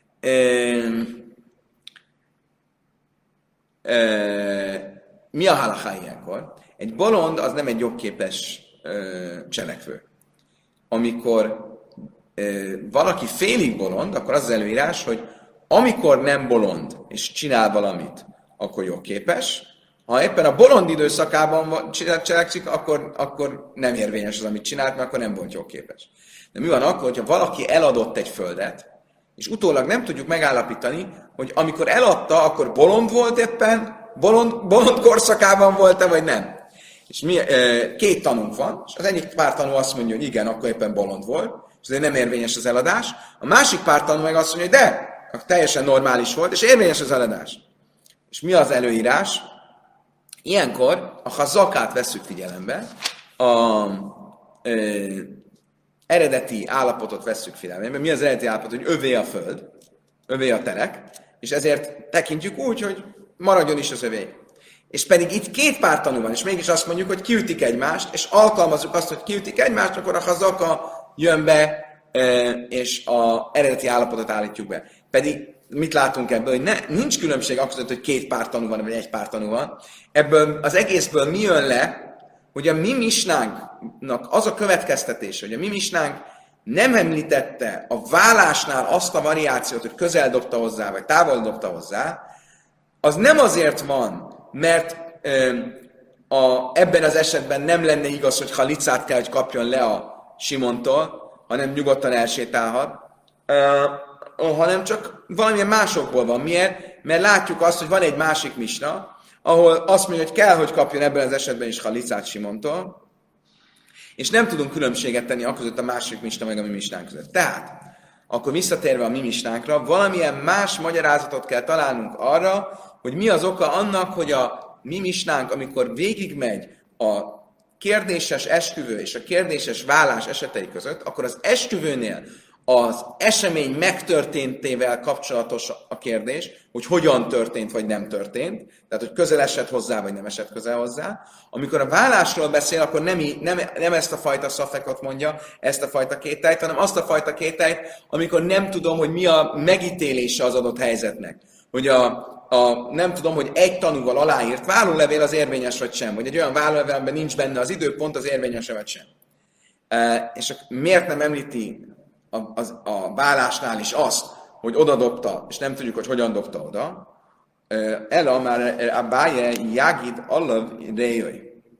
Mi a halaká ilyenkor? Egy bolond az nem egy jogképes cselekvő. Amikor valaki félig bolond, akkor az előírás, hogy amikor nem bolond és csinál valamit, akkor jogképes. Ha éppen a bolond időszakában cselekszik, akkor nem érvényes az, amit csinált, mert akkor nem volt jogképes. De mi van akkor, hogyha valaki eladott egy földet, és utólag nem tudjuk megállapítani, hogy amikor eladta, akkor bolond volt éppen, bolond korszakában volt-e, vagy nem. És két tanunk van, és az egyik pár tanú azt mondja, hogy igen, akkor éppen bolond volt, és azért nem érvényes az eladás. A másik pár tanú meg azt mondja, hogy de, teljesen normális volt, és érvényes az eladás. És mi az előírás? Ilyenkor, ha zakát vesszük figyelembe, eredeti állapotot vesszük figyelembe. Mi az eredeti állapot, hogy övé a föld, övé a terek, és ezért tekintjük úgy, hogy maradjon is az övé. És pedig itt két pár tanú van, és mégis azt mondjuk, hogy kiütik egymást, és alkalmazzuk azt, hogy kiütik egymást, akkor a hazaka jön be, és az eredeti állapotot állítjuk be. Pedig mit látunk ebből, hogy nincs különbség akkor, hogy két pár tanú van, vagy egy pár tanú van. Ebből az egészből mi jön le, hogy a mi misnánknak az a következtetése, hogy a mi misnánk nem említette a válásnál azt a variációt, hogy közel dobta hozzá, vagy távol dobta hozzá, az nem azért van, mert ebben az esetben nem lenne igaz, hogy halicát kell, hogy kapjon le a Simontól, hanem nyugodtan elsétálhat, hanem csak valamilyen másokból van. Miért? Mert látjuk azt, hogy van egy másik misna, ahol azt mondja, hogy kell, hogy kapjon ebben az esetben is halicát Simontól, és nem tudunk különbséget tenni aközött a másik misna meg a mi misnánk között. Tehát, akkor visszatérve a mi misnánkra, valamilyen más magyarázatot kell találnunk arra, hogy mi az oka annak, hogy a mi misnánk, amikor végigmegy a kérdéses esküvő és a kérdéses vállás esetei között, akkor az esküvőnél az esemény megtörténtével kapcsolatos a kérdés, hogy hogyan történt, vagy nem történt, tehát, hogy közel esett hozzá, vagy nem esett közel hozzá. Amikor a vállásról beszél, akkor nem ezt a fajta szafekot mondja, ezt a fajta kételyt, hanem azt a fajta kételyt, amikor nem tudom, hogy mi a megítélése az adott helyzetnek. Hogy nem tudom, hogy egy tanúval aláírt vállólevél az érvényes vagy sem, vagy egy olyan vállólevél, amiben nincs benne az időpont, az érvényes vagy sem. És miért nem említi a vállásnál is azt, hogy oda dobta, és nem tudjuk, hogy hogyan dobta oda. Ela már Abáje Jágid Allav Réjöj.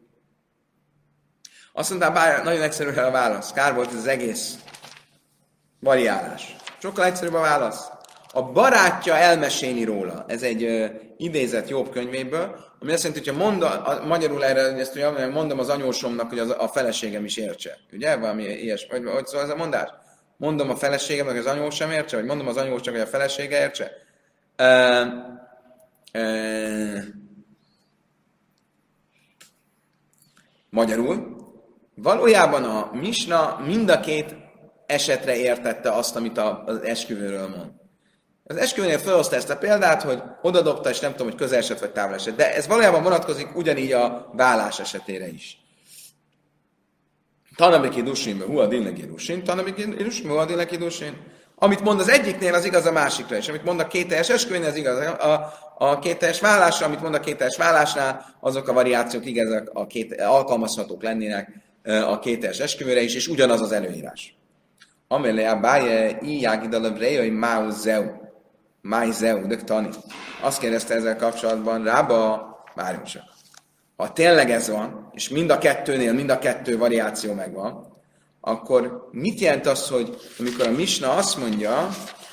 Azt mondta Abáje, nagyon egyszerű a válasz. Kár volt ez az egész variálás. Sokkal egyszerűbb a válasz. A barátja elmeséli róla. Ez egy idézet Jobb könyvéből, ami azt jelenti, hogyha magyarul erre, ezt ugye, mondom az anyósomnak, hogy a feleségem is értse. Ugye? Valami ilyesmi. Hogy szóval ez a mondás? Mondom a feleségemnek, az anyós sem értse, vagy mondom az anyósnak, hogy a felesége értse. Magyarul, valójában a misna mind a két esetre értette azt, amit az esküvőről mond. Az esküvőnél felhozta ezt a példát, hogy odadobta, és nem tudom, hogy közel esett, vagy távol esett. De ez valójában vonatkozik ugyanígy a vállás esetére is. Tanabe kidusin, hua dinle kidusin, tanabe kidusin, hua dinle kidusin. Amit mond az egyiknél, az igaz a másikra is. Amit mond a kételjes esküvőnél, az igaz a kételjes vállásra, amit mond a kételjes vállásnál, azok a variációk igazak, alkalmazhatók lennének a kételjes esküvőre is, és ugyanaz az előírás. Amellé a báje íjágidalab rejai májzeu, de tani. Azt kérdezte ezzel kapcsolatban, rába, várjunk csak. Ha tényleg ez van, és mind a kettő variáció megvan, akkor mit jelent az, hogy amikor a Misna azt mondja,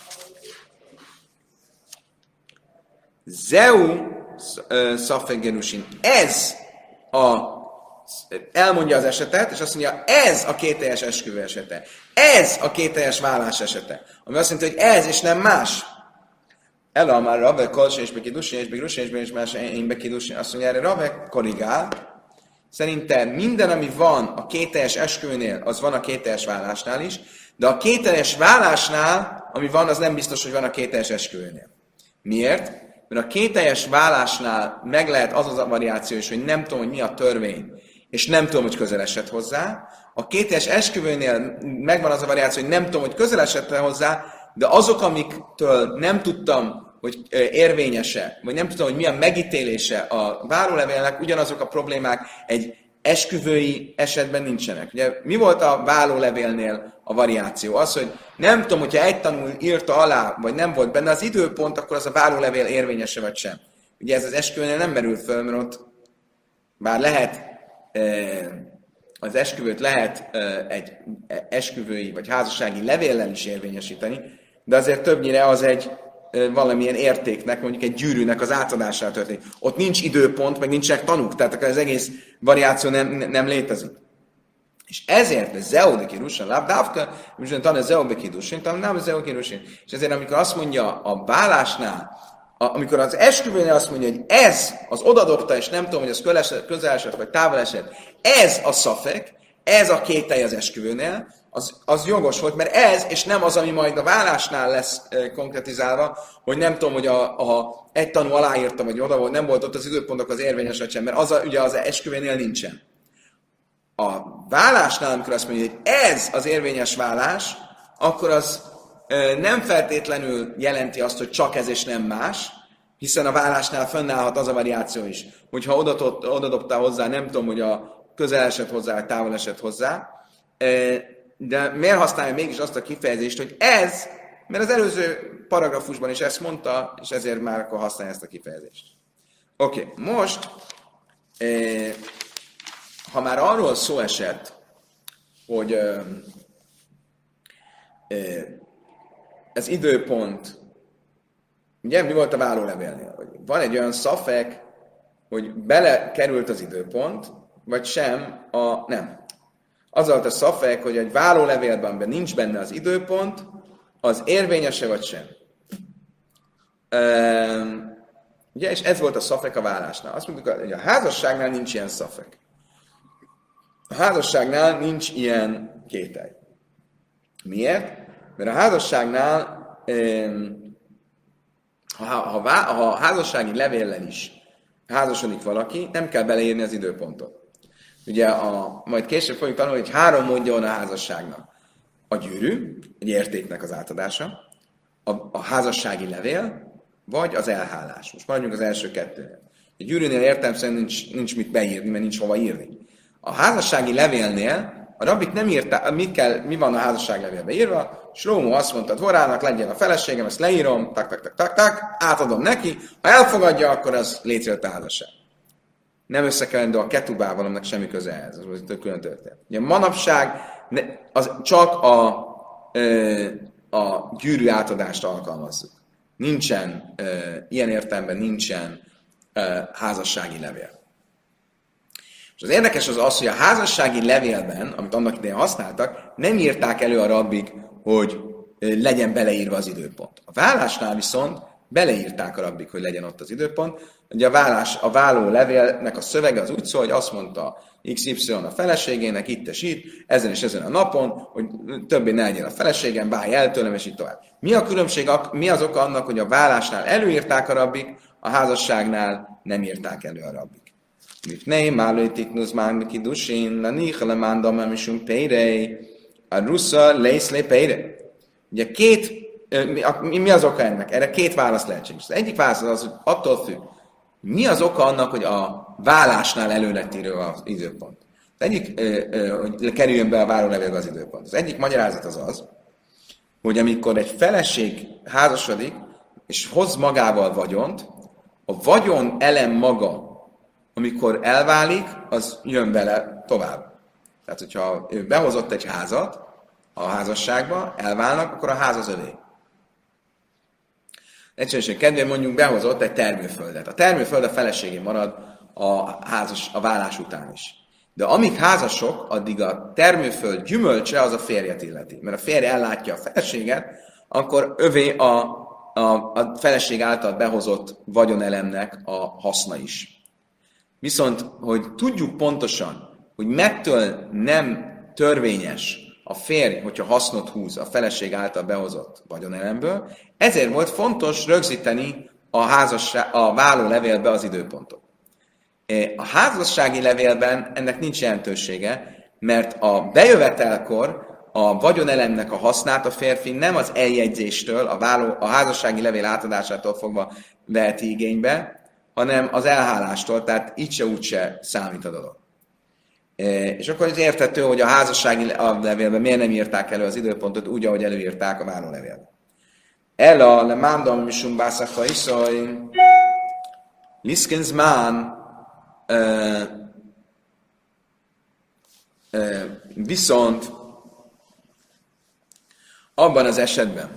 Zeu szafek gerusin, elmondja az esetet, és azt mondja, ez a kételjes esküvő esete, ez a kételjes vállás esete, ami azt jelenti, hogy ez és nem más. Ela már Rave kolse és bekidusin, és begrusin, és más én bekidusin, azt mondja, erre Rave korrigál. Szerintem minden, ami van a kételjes esküvőnél, az van a kételjes vállásnál is, de a kételjes vállásnál, ami van, az nem biztos, hogy van a kételjes esküvőnél. Miért? Mert a kételjes vállásnál meg lehet az a variáció is, hogy nem tudom, hogy mi a törvény, és nem tudom, hogy közel esett hozzá. A kételjes esküvőnél megvan az a variáció, hogy nem tudom, hogy közel esett hozzá, de azok, amiktől nem tudtam, hogy érvényese, vagy nem tudom, hogy mi a megítélése a várólevélnek, ugyanazok a problémák egy esküvői esetben nincsenek. Ugye mi volt a várólevélnél a variáció? Az, hogy nem tudom, hogyha egy tanul írta alá, vagy nem volt benne az időpont, akkor az a várólevél érvényese vagy sem. Ugye ez az esküvőnél nem merül föl, mert ott bár lehet, az esküvőt lehet egy esküvői vagy házassági levéllel is érvényesíteni, de azért többnyire az egy valamilyen értéknek, mondjuk egy gyűrűnek az átadására történik. Ott nincs időpont, meg nincsenek tanúk, tehát az egész variáció nem létezik. És ezért a zeodeki rusin lábdávka, és tanul zeodeki rusin, tanul nem zeodeki rusin. És ezért, amikor azt mondja a vállásnál, amikor az esküvőnél azt mondja, hogy ez az odadobta, és nem tudom, hogy az közel esett, vagy távol esett, ez a szafek, ez a kételj az esküvőnél, az jogos volt, mert ez, és nem az, ami majd a vállásnál lesz konkretizálva, hogy nem tudom, hogy ha egy tanú aláírta, vagy oda volt, nem volt ott az időpontok az érvényes vagy sem, mert ugye az esküvőnél nincsen. A vállásnál, amikor azt mondja, hogy ez az érvényes vállás, akkor az nem feltétlenül jelenti azt, hogy csak ez és nem más, hiszen a vállásnál fönnállhat az a variáció is, hogyha odadobtál hozzá, nem tudom, hogy a közel esett hozzá, vagy távol esett hozzá, de miért használja mégis azt a kifejezést, hogy ez, mert az előző paragrafusban is ezt mondta, és ezért már akkor használja ezt a kifejezést. Oké, most, ha már arról szó esett, hogy ez időpont, ugye mi volt a várólevélnél? Hogy van egy olyan szafek, hogy belekerült az időpont, vagy sem, nem. Az volt a szafek, hogy egy várólevélben nincs benne az időpont, az érvényese vagy sem. Ugye, és ez volt a szafek a vállásnál. Azt mondjuk, hogy a házasságnál nincs ilyen szafek. A házasságnál nincs ilyen kételj. Miért? Mert a házasságnál, ha a házassági levéllel is házasodik valaki, nem kell beleírni az időpontot. Ugye majd később fogjuk tanulni, hogy 3 módja van a házasságnak. A gyűrű, egy értéknek az átadása, a házassági levél, vagy az elhálás. Most maradjunk az első kettőnél. A gyűrűnél értelemszerűen nincs mit beírni, mert nincs hova írni. A házassági levélnél a rabbik nem írták, mi van a házassági levélbe írva, Slómo azt mondta Dvorának, legyen a feleségem, ezt leírom, tak, átadom neki, ha elfogadja, akkor az létrejött a házasság. Nem összekeverendő a ketubával, aminek semmi köze ehhez, az egy külön történet. Ugye manapság az csak a gyűrű átadást alkalmazzuk. Nincsen, ilyen értelemben nincsen házassági levél. És az érdekes az, hogy a házassági levélben, amit annak idején használtak, nem írták elő a rabbik, hogy legyen beleírva az időpont. A vállásnál viszont beleírták a rabbik, hogy legyen ott az időpont. Ugye a válló levélnek a szövege az úgy szól, hogy azt mondta XY a feleségének, itt és itt, ezen és ezen a napon, hogy többé ne legyen a feleségem, válj el tőlem, és így tovább. Mi a különbség, mi az oka annak, hogy a vállásnál előírták a rabbik, a házasságnál nem írták elő a rabbik? Mifnei málőtik nuzmán kidusin, la nichele mándam emisum peirei, a rusza lészlé peirei. Ugye mi az oka ennek? Erre két válasz lehetséges. Az egyik válasz az, hogy attól függ, mi az oka annak, hogy a vállásnál elő lett írva az időpont. Az egyik, hogy kerüljön be a várólevélbe az időpont. Az egyik magyarázat az, hogy amikor egy feleség házasodik, és hoz magával vagyont, a vagyon elem maga, amikor elválik, az jön vele tovább. Tehát, hogyha ő behozott egy házat a házasságba, elválnak, akkor a ház az övé. Egyszerűség kedvéért mondjuk behozott egy termőföldet. A termőföld a feleségé marad a vállás után is. De amíg házasok, addig a termőföld gyümölcse az a férjet illeti. Mert a férje ellátja a feleséget, akkor övé a feleség által behozott vagyonelemnek a haszna is. Viszont, hogy tudjuk pontosan, hogy mettől nem törvényes a férj, hogyha hasznot húz a feleség által behozott vagyonelemből, ezért volt fontos rögzíteni a válólevélbe az időpontot. A házassági levélben ennek nincs jelentősége, mert a bejövetelkor a vagyonelemnek a hasznát a férfi nem az eljegyzéstől, a házassági levél átadásától fogva veheti igénybe, hanem az elhálástól, tehát így se úgy se számít a dolog. És akkor ez érthető, hogy a házassági levélben miért nem írták elő az időpontot úgy, ahogy előírták a várólevélben. Ela le mándam misum bászacha iszaj liszkenzmán viszont abban az esetben,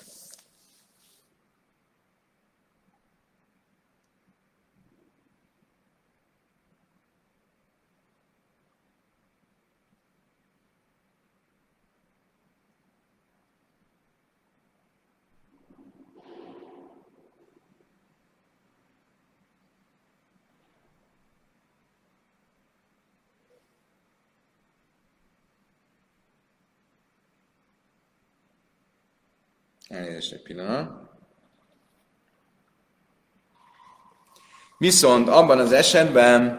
elnézést egy pillanat. Viszont abban az esetben,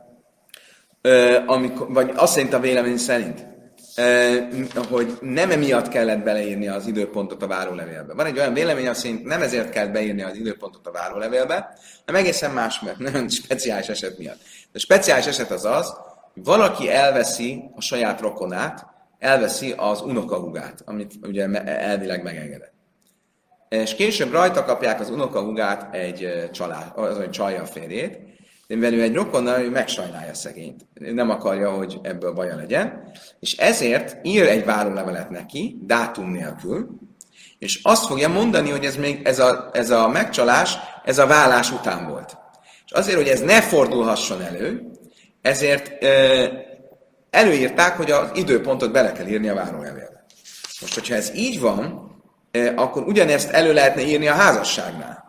vagy azt szerint a vélemény szerint, hogy nem emiatt kellett beleírni az időpontot a várólevélbe. Van egy olyan vélemény, azt szerint nem ezért kell beírni az időpontot a várólevélbe, hanem egészen más, mert nagyon speciális eset miatt. A speciális eset az, hogy valaki elveszi a saját rokonát, elveszi az unokahúgát, amit ugye elvileg megengedett. És később rajta kapják az unokahúgát egy csalja a férjét, de mivel ő egy rokonnal, ő megsajnálja szegényt. Ő nem akarja, hogy ebből baja legyen, és ezért ír egy várólevelet neki, dátum nélkül, és azt fogja mondani, hogy ez a megcsalás, ez a vállás után volt. És azért, hogy ez ne fordulhasson elő, ezért előírták, hogy az időpontot bele kell írni a várólevélbe. Most, hogyha ez így van, akkor ugyanezt elő lehetne írni a házasságnál.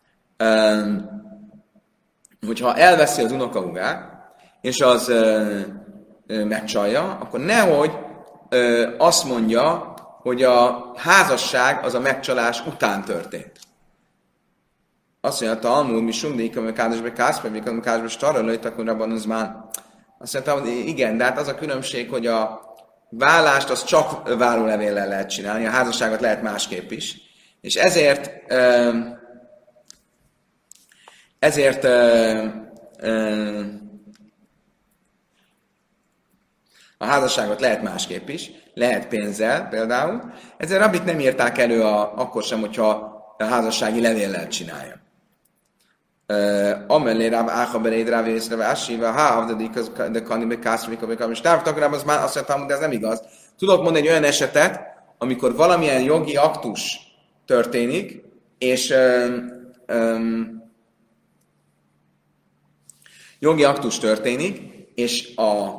Hogyha elveszi az unokahúgát, és az megcsalja, akkor nehogy azt mondja, hogy a házasság az a megcsalás után történt. Azt mondja, Talmud, mi sumdik, amikor kádosbe kászbe, amikor kádosbe starra lőtt, akkor abban az már... Azt mondta, hogy igen, de hát az a különbség, hogy a vállást az csak várólevéllel lehet csinálni, a házasságot lehet másképp is. És ezért a házasságot lehet másképp is, lehet pénzzel például. Ezért rabbit nem írták elő akkor sem, hogyha a házassági levéllel csinálja. Amellé ráb áhaberéd ráv észreve ásiva, avdadik de kanibe kászmika, és távtakrában az már azt mondtam, de ez nem igaz. Tudok mondani egy olyan esetet, amikor valamilyen jogi aktus történik, és jogi aktus történik, és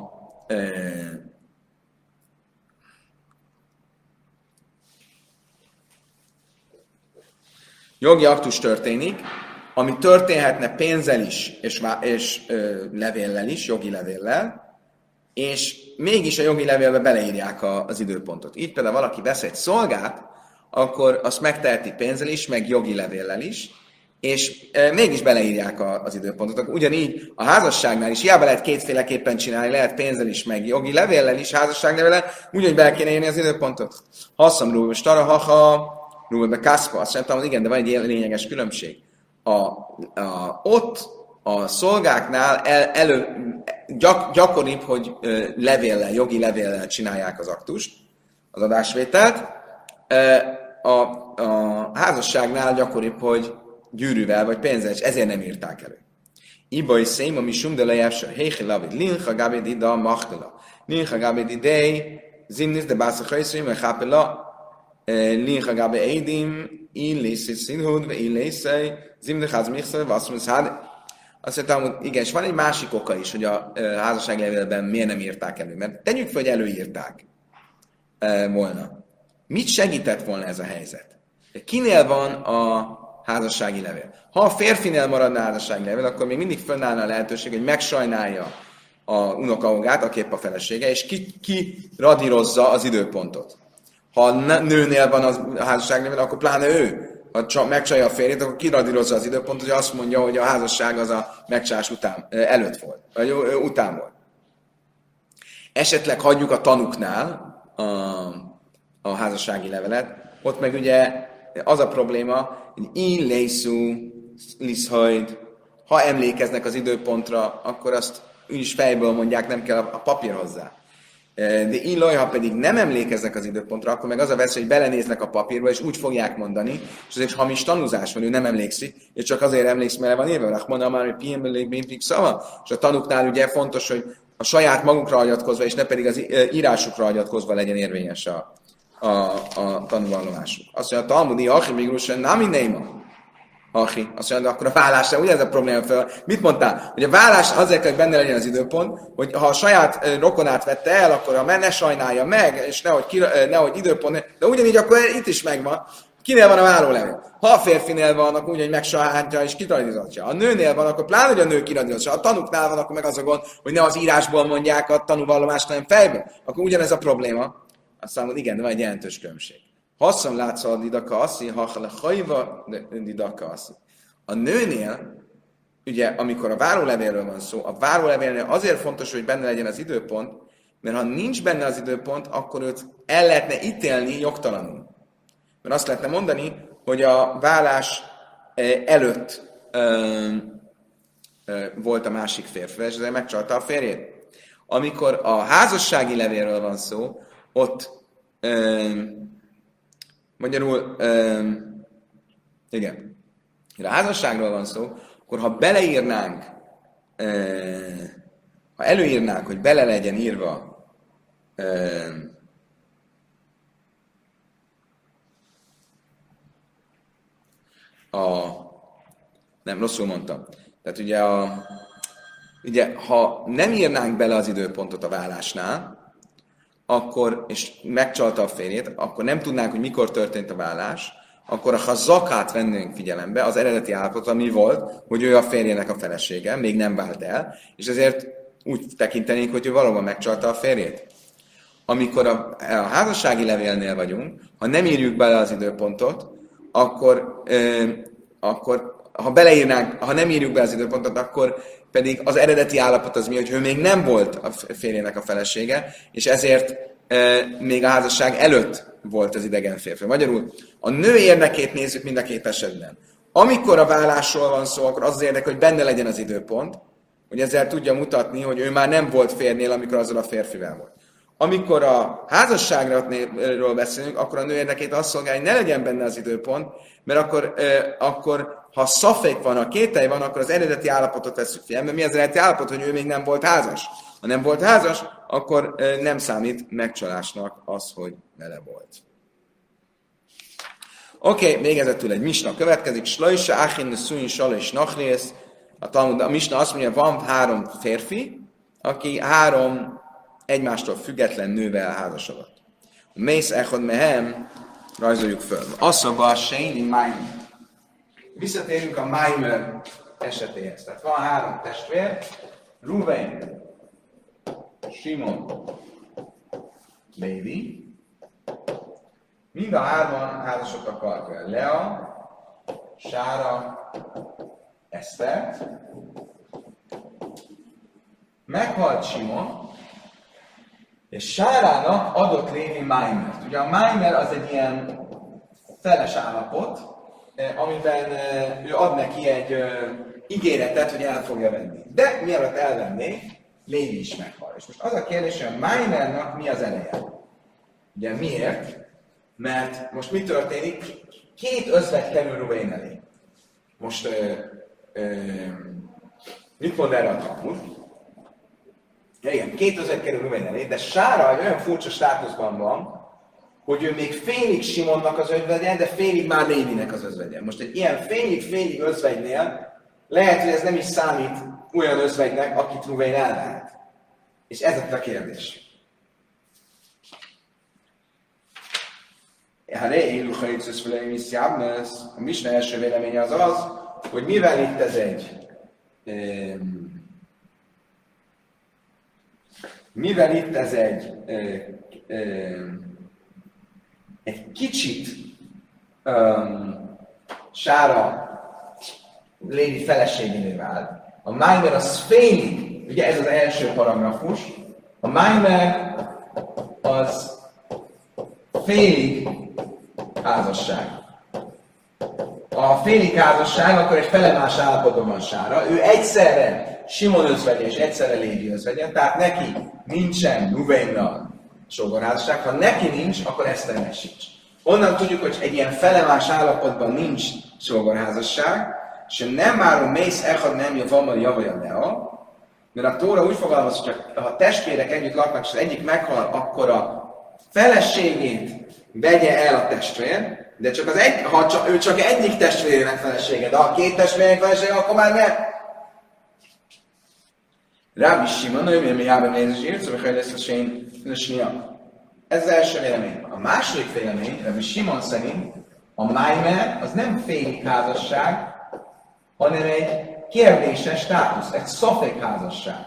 jogi aktus történik, ami történhetne pénzzel is, és levéllel is, jogi levéllel, és mégis a jogi levélbe beleírják az időpontot. Így például valaki vesz egy szolgát, akkor azt megteheti pénzzel is, meg jogi levéllel is, és mégis beleírják az időpontot. Ugyanígy a házasságnál is hiába lehet kétféleképpen csinálni, lehet pénzzel is, meg jogi levéllel is, házasságlevéllel, úgyhogy bele kéne írni az időpontot. Hasszam Rúbe Starahaha, Rúbe Kaszpa, azt mondtam, igen, de van egy lényeges különbség. Ott a szolgáknál gyakoribb, hogy levéllel, jogi levéllel csinálják az aktust, az adásvételt. A házasságnál gyakoribb, hogy gyűrűvel vagy pénzzel, és ezért nem írták elő. Ibai szém, ami sumdelejávsa, héhi lavid, linha gabed ida machtala. Linha gabed idei, zimnis de bászak hajszrim, a hápela, linha gabe eidim, illészé színhud, ve illészé, zimniház mixel, vasszmusz hád. Azt mondtam, hogy igen, és van egy másik oka is, hogy a házasságlevélben miért nem írták elő. Mert tegyük fel, hogy előírták volna. Mit segített volna ez a helyzet? Kinél van a házassági levél? Ha a férfinél maradna a házassági levél, akkor még mindig fönnállna a lehetőség, hogy megsajnálja a unokahúgát, aki épp a felesége, és ki radírozza az időpontot. Ha a nőnél van a házassági levél, akkor pláne ő. Ha megcsalja a férjét, akkor kiradírozza az időpontot, hogy azt mondja, hogy a házasság az a megcsalás előtt volt, vagy után volt. Esetleg hagyjuk a tanuknál a házassági levelet, ott meg ugye az a probléma, hogy illészú liszhajd, ha emlékeznek az időpontra, akkor azt is fejből mondják, nem kell a papír hozzá. De illaj, ha pedig nem emlékeznek az időpontra, akkor meg az a veszély, hogy belenéznek a papírba, és úgy fogják mondani, és azért hamis tanúzás van, ő nem emlékszik, és csak azért emlékszik, mert le van írva, Rachmana már, hogy piembelék szava, és a tanuknál ugye fontos, hogy a saját magukra hagyatkozva, és ne pedig az írásukra hagyatkozva legyen érvényes a tanúvallomásuk. Azt mondja, a Talmudi, Achi, Migrusen, nem mindenima. Achi, azt mondja, akkor a vállásra, ugye ez a probléma fel. Mit mondtál? Hogy a vállás azért kell, hogy benne legyen az időpont, hogy ha a saját rokonát vette el, akkor ne sajnálja meg, és nehogy időpont, de ugyanígy akkor itt is megvan. Kinél van a vállólevél? Ha a férfinél van, akkor úgy, hogy megsajátja és kiradírozatja. A nőnél van, akkor pláne, hogy a nő kiradírozatja. Ha a tanuknál van, akkor meg az a gond, hogy ne az írásból mondják a tanúvallomást, hanem fejből. Akkor ugyanez a probléma. Azt mondom, igen, de van egy jelentős különbség. Hasszam látszol a didaka asszi, ha hajva didaka asszi. A nőnél, ugye, amikor a várólevélről van szó, a várólevélnél azért fontos, hogy benne legyen az időpont, mert ha nincs benne az időpont, akkor őt el lehetne ítélni jogtalanul. Mert azt lehetne mondani, hogy a vállás előtt volt a másik férfi, és ezért megcsalta a férjét. Amikor a házassági levélről van szó, ott magyarul igen, ha a házasságról van szó, akkor ha beleírnánk, ha előírnánk, hogy bele legyen írva nem, rosszul mondtam. Tehát ugye, ha nem írnánk bele az időpontot a vállásnál, akkor, és megcsalta a férjét, akkor nem tudnánk, hogy mikor történt a vállás, akkor ha zakát vennénk figyelembe, az eredeti állapot, ami volt, hogy ő a férjének a felesége, még nem vált el, és ezért úgy tekintenénk, hogy ő valóban megcsalta a férjét. Amikor a házassági levélnél vagyunk, ha nem írjuk bele az időpontot, akkor ha nem írjuk be az időpontot, akkor pedig az eredeti állapot az mi, hogy ő még nem volt a férjének a felesége, és ezért még a házasság előtt volt az idegen férfi. Magyarul a nő érdekét nézzük mind a két esetben. Amikor a vállásról van szó, akkor az érdek, hogy benne legyen az időpont, hogy ezzel tudja mutatni, hogy ő már nem volt férjnél, amikor azzal a férfivel volt. Amikor a házasságról beszélünk, akkor a nő érdekét azt szolgálja, hogy ne legyen benne az időpont, mert akkor ha szafék van, ha kételj van, akkor az eredeti állapotot veszük figyelembe. Mi az eredeti állapot, hogy ő még nem volt házas? Ha nem volt házas, akkor nem számít megcsalásnak az, hogy vele volt. Oké, végezetül egy misna következik. Slajsa, Achin, Szuin, Sala és Nachrész. A misna azt mondja, van 3 férfi, aki 3 egymástól független nővel házasodott. Mész echod mehem, rajzoljuk föl. Asszoba, Séni, Maimer. Visszatérünk a Maimer esetéhez. Tehát van 3 testvér, Ruven, Simon, Lévi. Mind a 3-an házasodtak valakivel. Lea, Sára Esztert, meghalt Simon, és Sárának adott Lévi Májmert. Ugye a Májmer az egy ilyen feles állapot, amiben ő ad neki egy ígéretet, hogy el fogja venni. De mielőtt elvenné, Lévi is meghal. És most az a kérdés, hogy a Májmernak mi az eleje? Ugye miért? Mert most mi történik? 2 özvegy kerül Ruvén elé. Most mit mond erre a Talmud? Ja, igen, 2 özvegy kerül Ruvén elé, de Sára egy olyan furcsa státuszban van, hogy ő még félig Simonnak az özvegye, de félig már Lévinek az özvegye. Most egy ilyen félig özvegynél lehet, hogy ez nem is számít olyan özvegynek, akit Ruvén elvehet. És ez a kérdés. A Misna első véleménye az, hogy mivel itt ez egy kicsit Sára Lévi feleségévé vált. A Májmer az félig, ugye ez az első paragrafus, a Májmer az félig házasság. A félig házasság, akkor egy felemás állapotban van Sára. Ő egyszerre Simon özvegye és egyszerre Lévi özvegye, tehát neki nincsen Ruvénnal sógorházasság. Ha neki nincs, akkor Eszternek sincs. Onnan tudjuk, hogy egy ilyen felemás állapotban nincs sógorházasság, és nem márom mész echad nem javaja lea, mert a Tóra úgy fogalmaz, hogy ha a testvérek együtt laknak, és az egyik meghal, akkor a feleségét vegye el a testvér, de csak ő csak egyik testvérének felesége, de ha 2 testvérének felesége, akkor már nem. Rabbi Simon, ő mi járban nézés írt, szóval hogy lesz a sén nősnia. Ez az első vélemény. A második vélemény, Rabbi Simon szerint a Májmer az nem félig házasság, hanem egy kérdéses státusz, egy szafék házasság.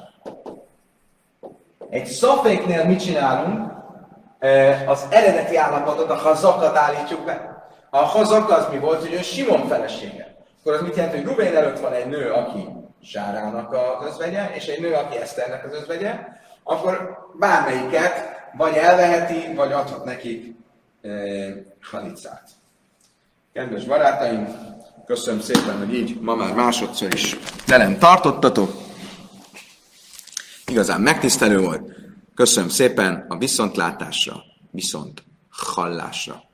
Egy szaféknél mit csinálunk? Az eredeti állapotot, a hazakat állítjuk be. A hazak az mi volt, hogy ő Simon felesége. Akkor az mit jelent, hogy Ruvén előtt van egy nő, aki Sárának az özvegye, és egy nő, aki Eszternek az özvegye, akkor bármelyiket vagy elveheti, vagy adhat nekik halicát. Kedves barátaim, köszönöm szépen, hogy így ma már másodszor is velem tartottatok. Igazán megtisztelő volt. Köszönöm szépen a viszontlátásra, viszont hallásra.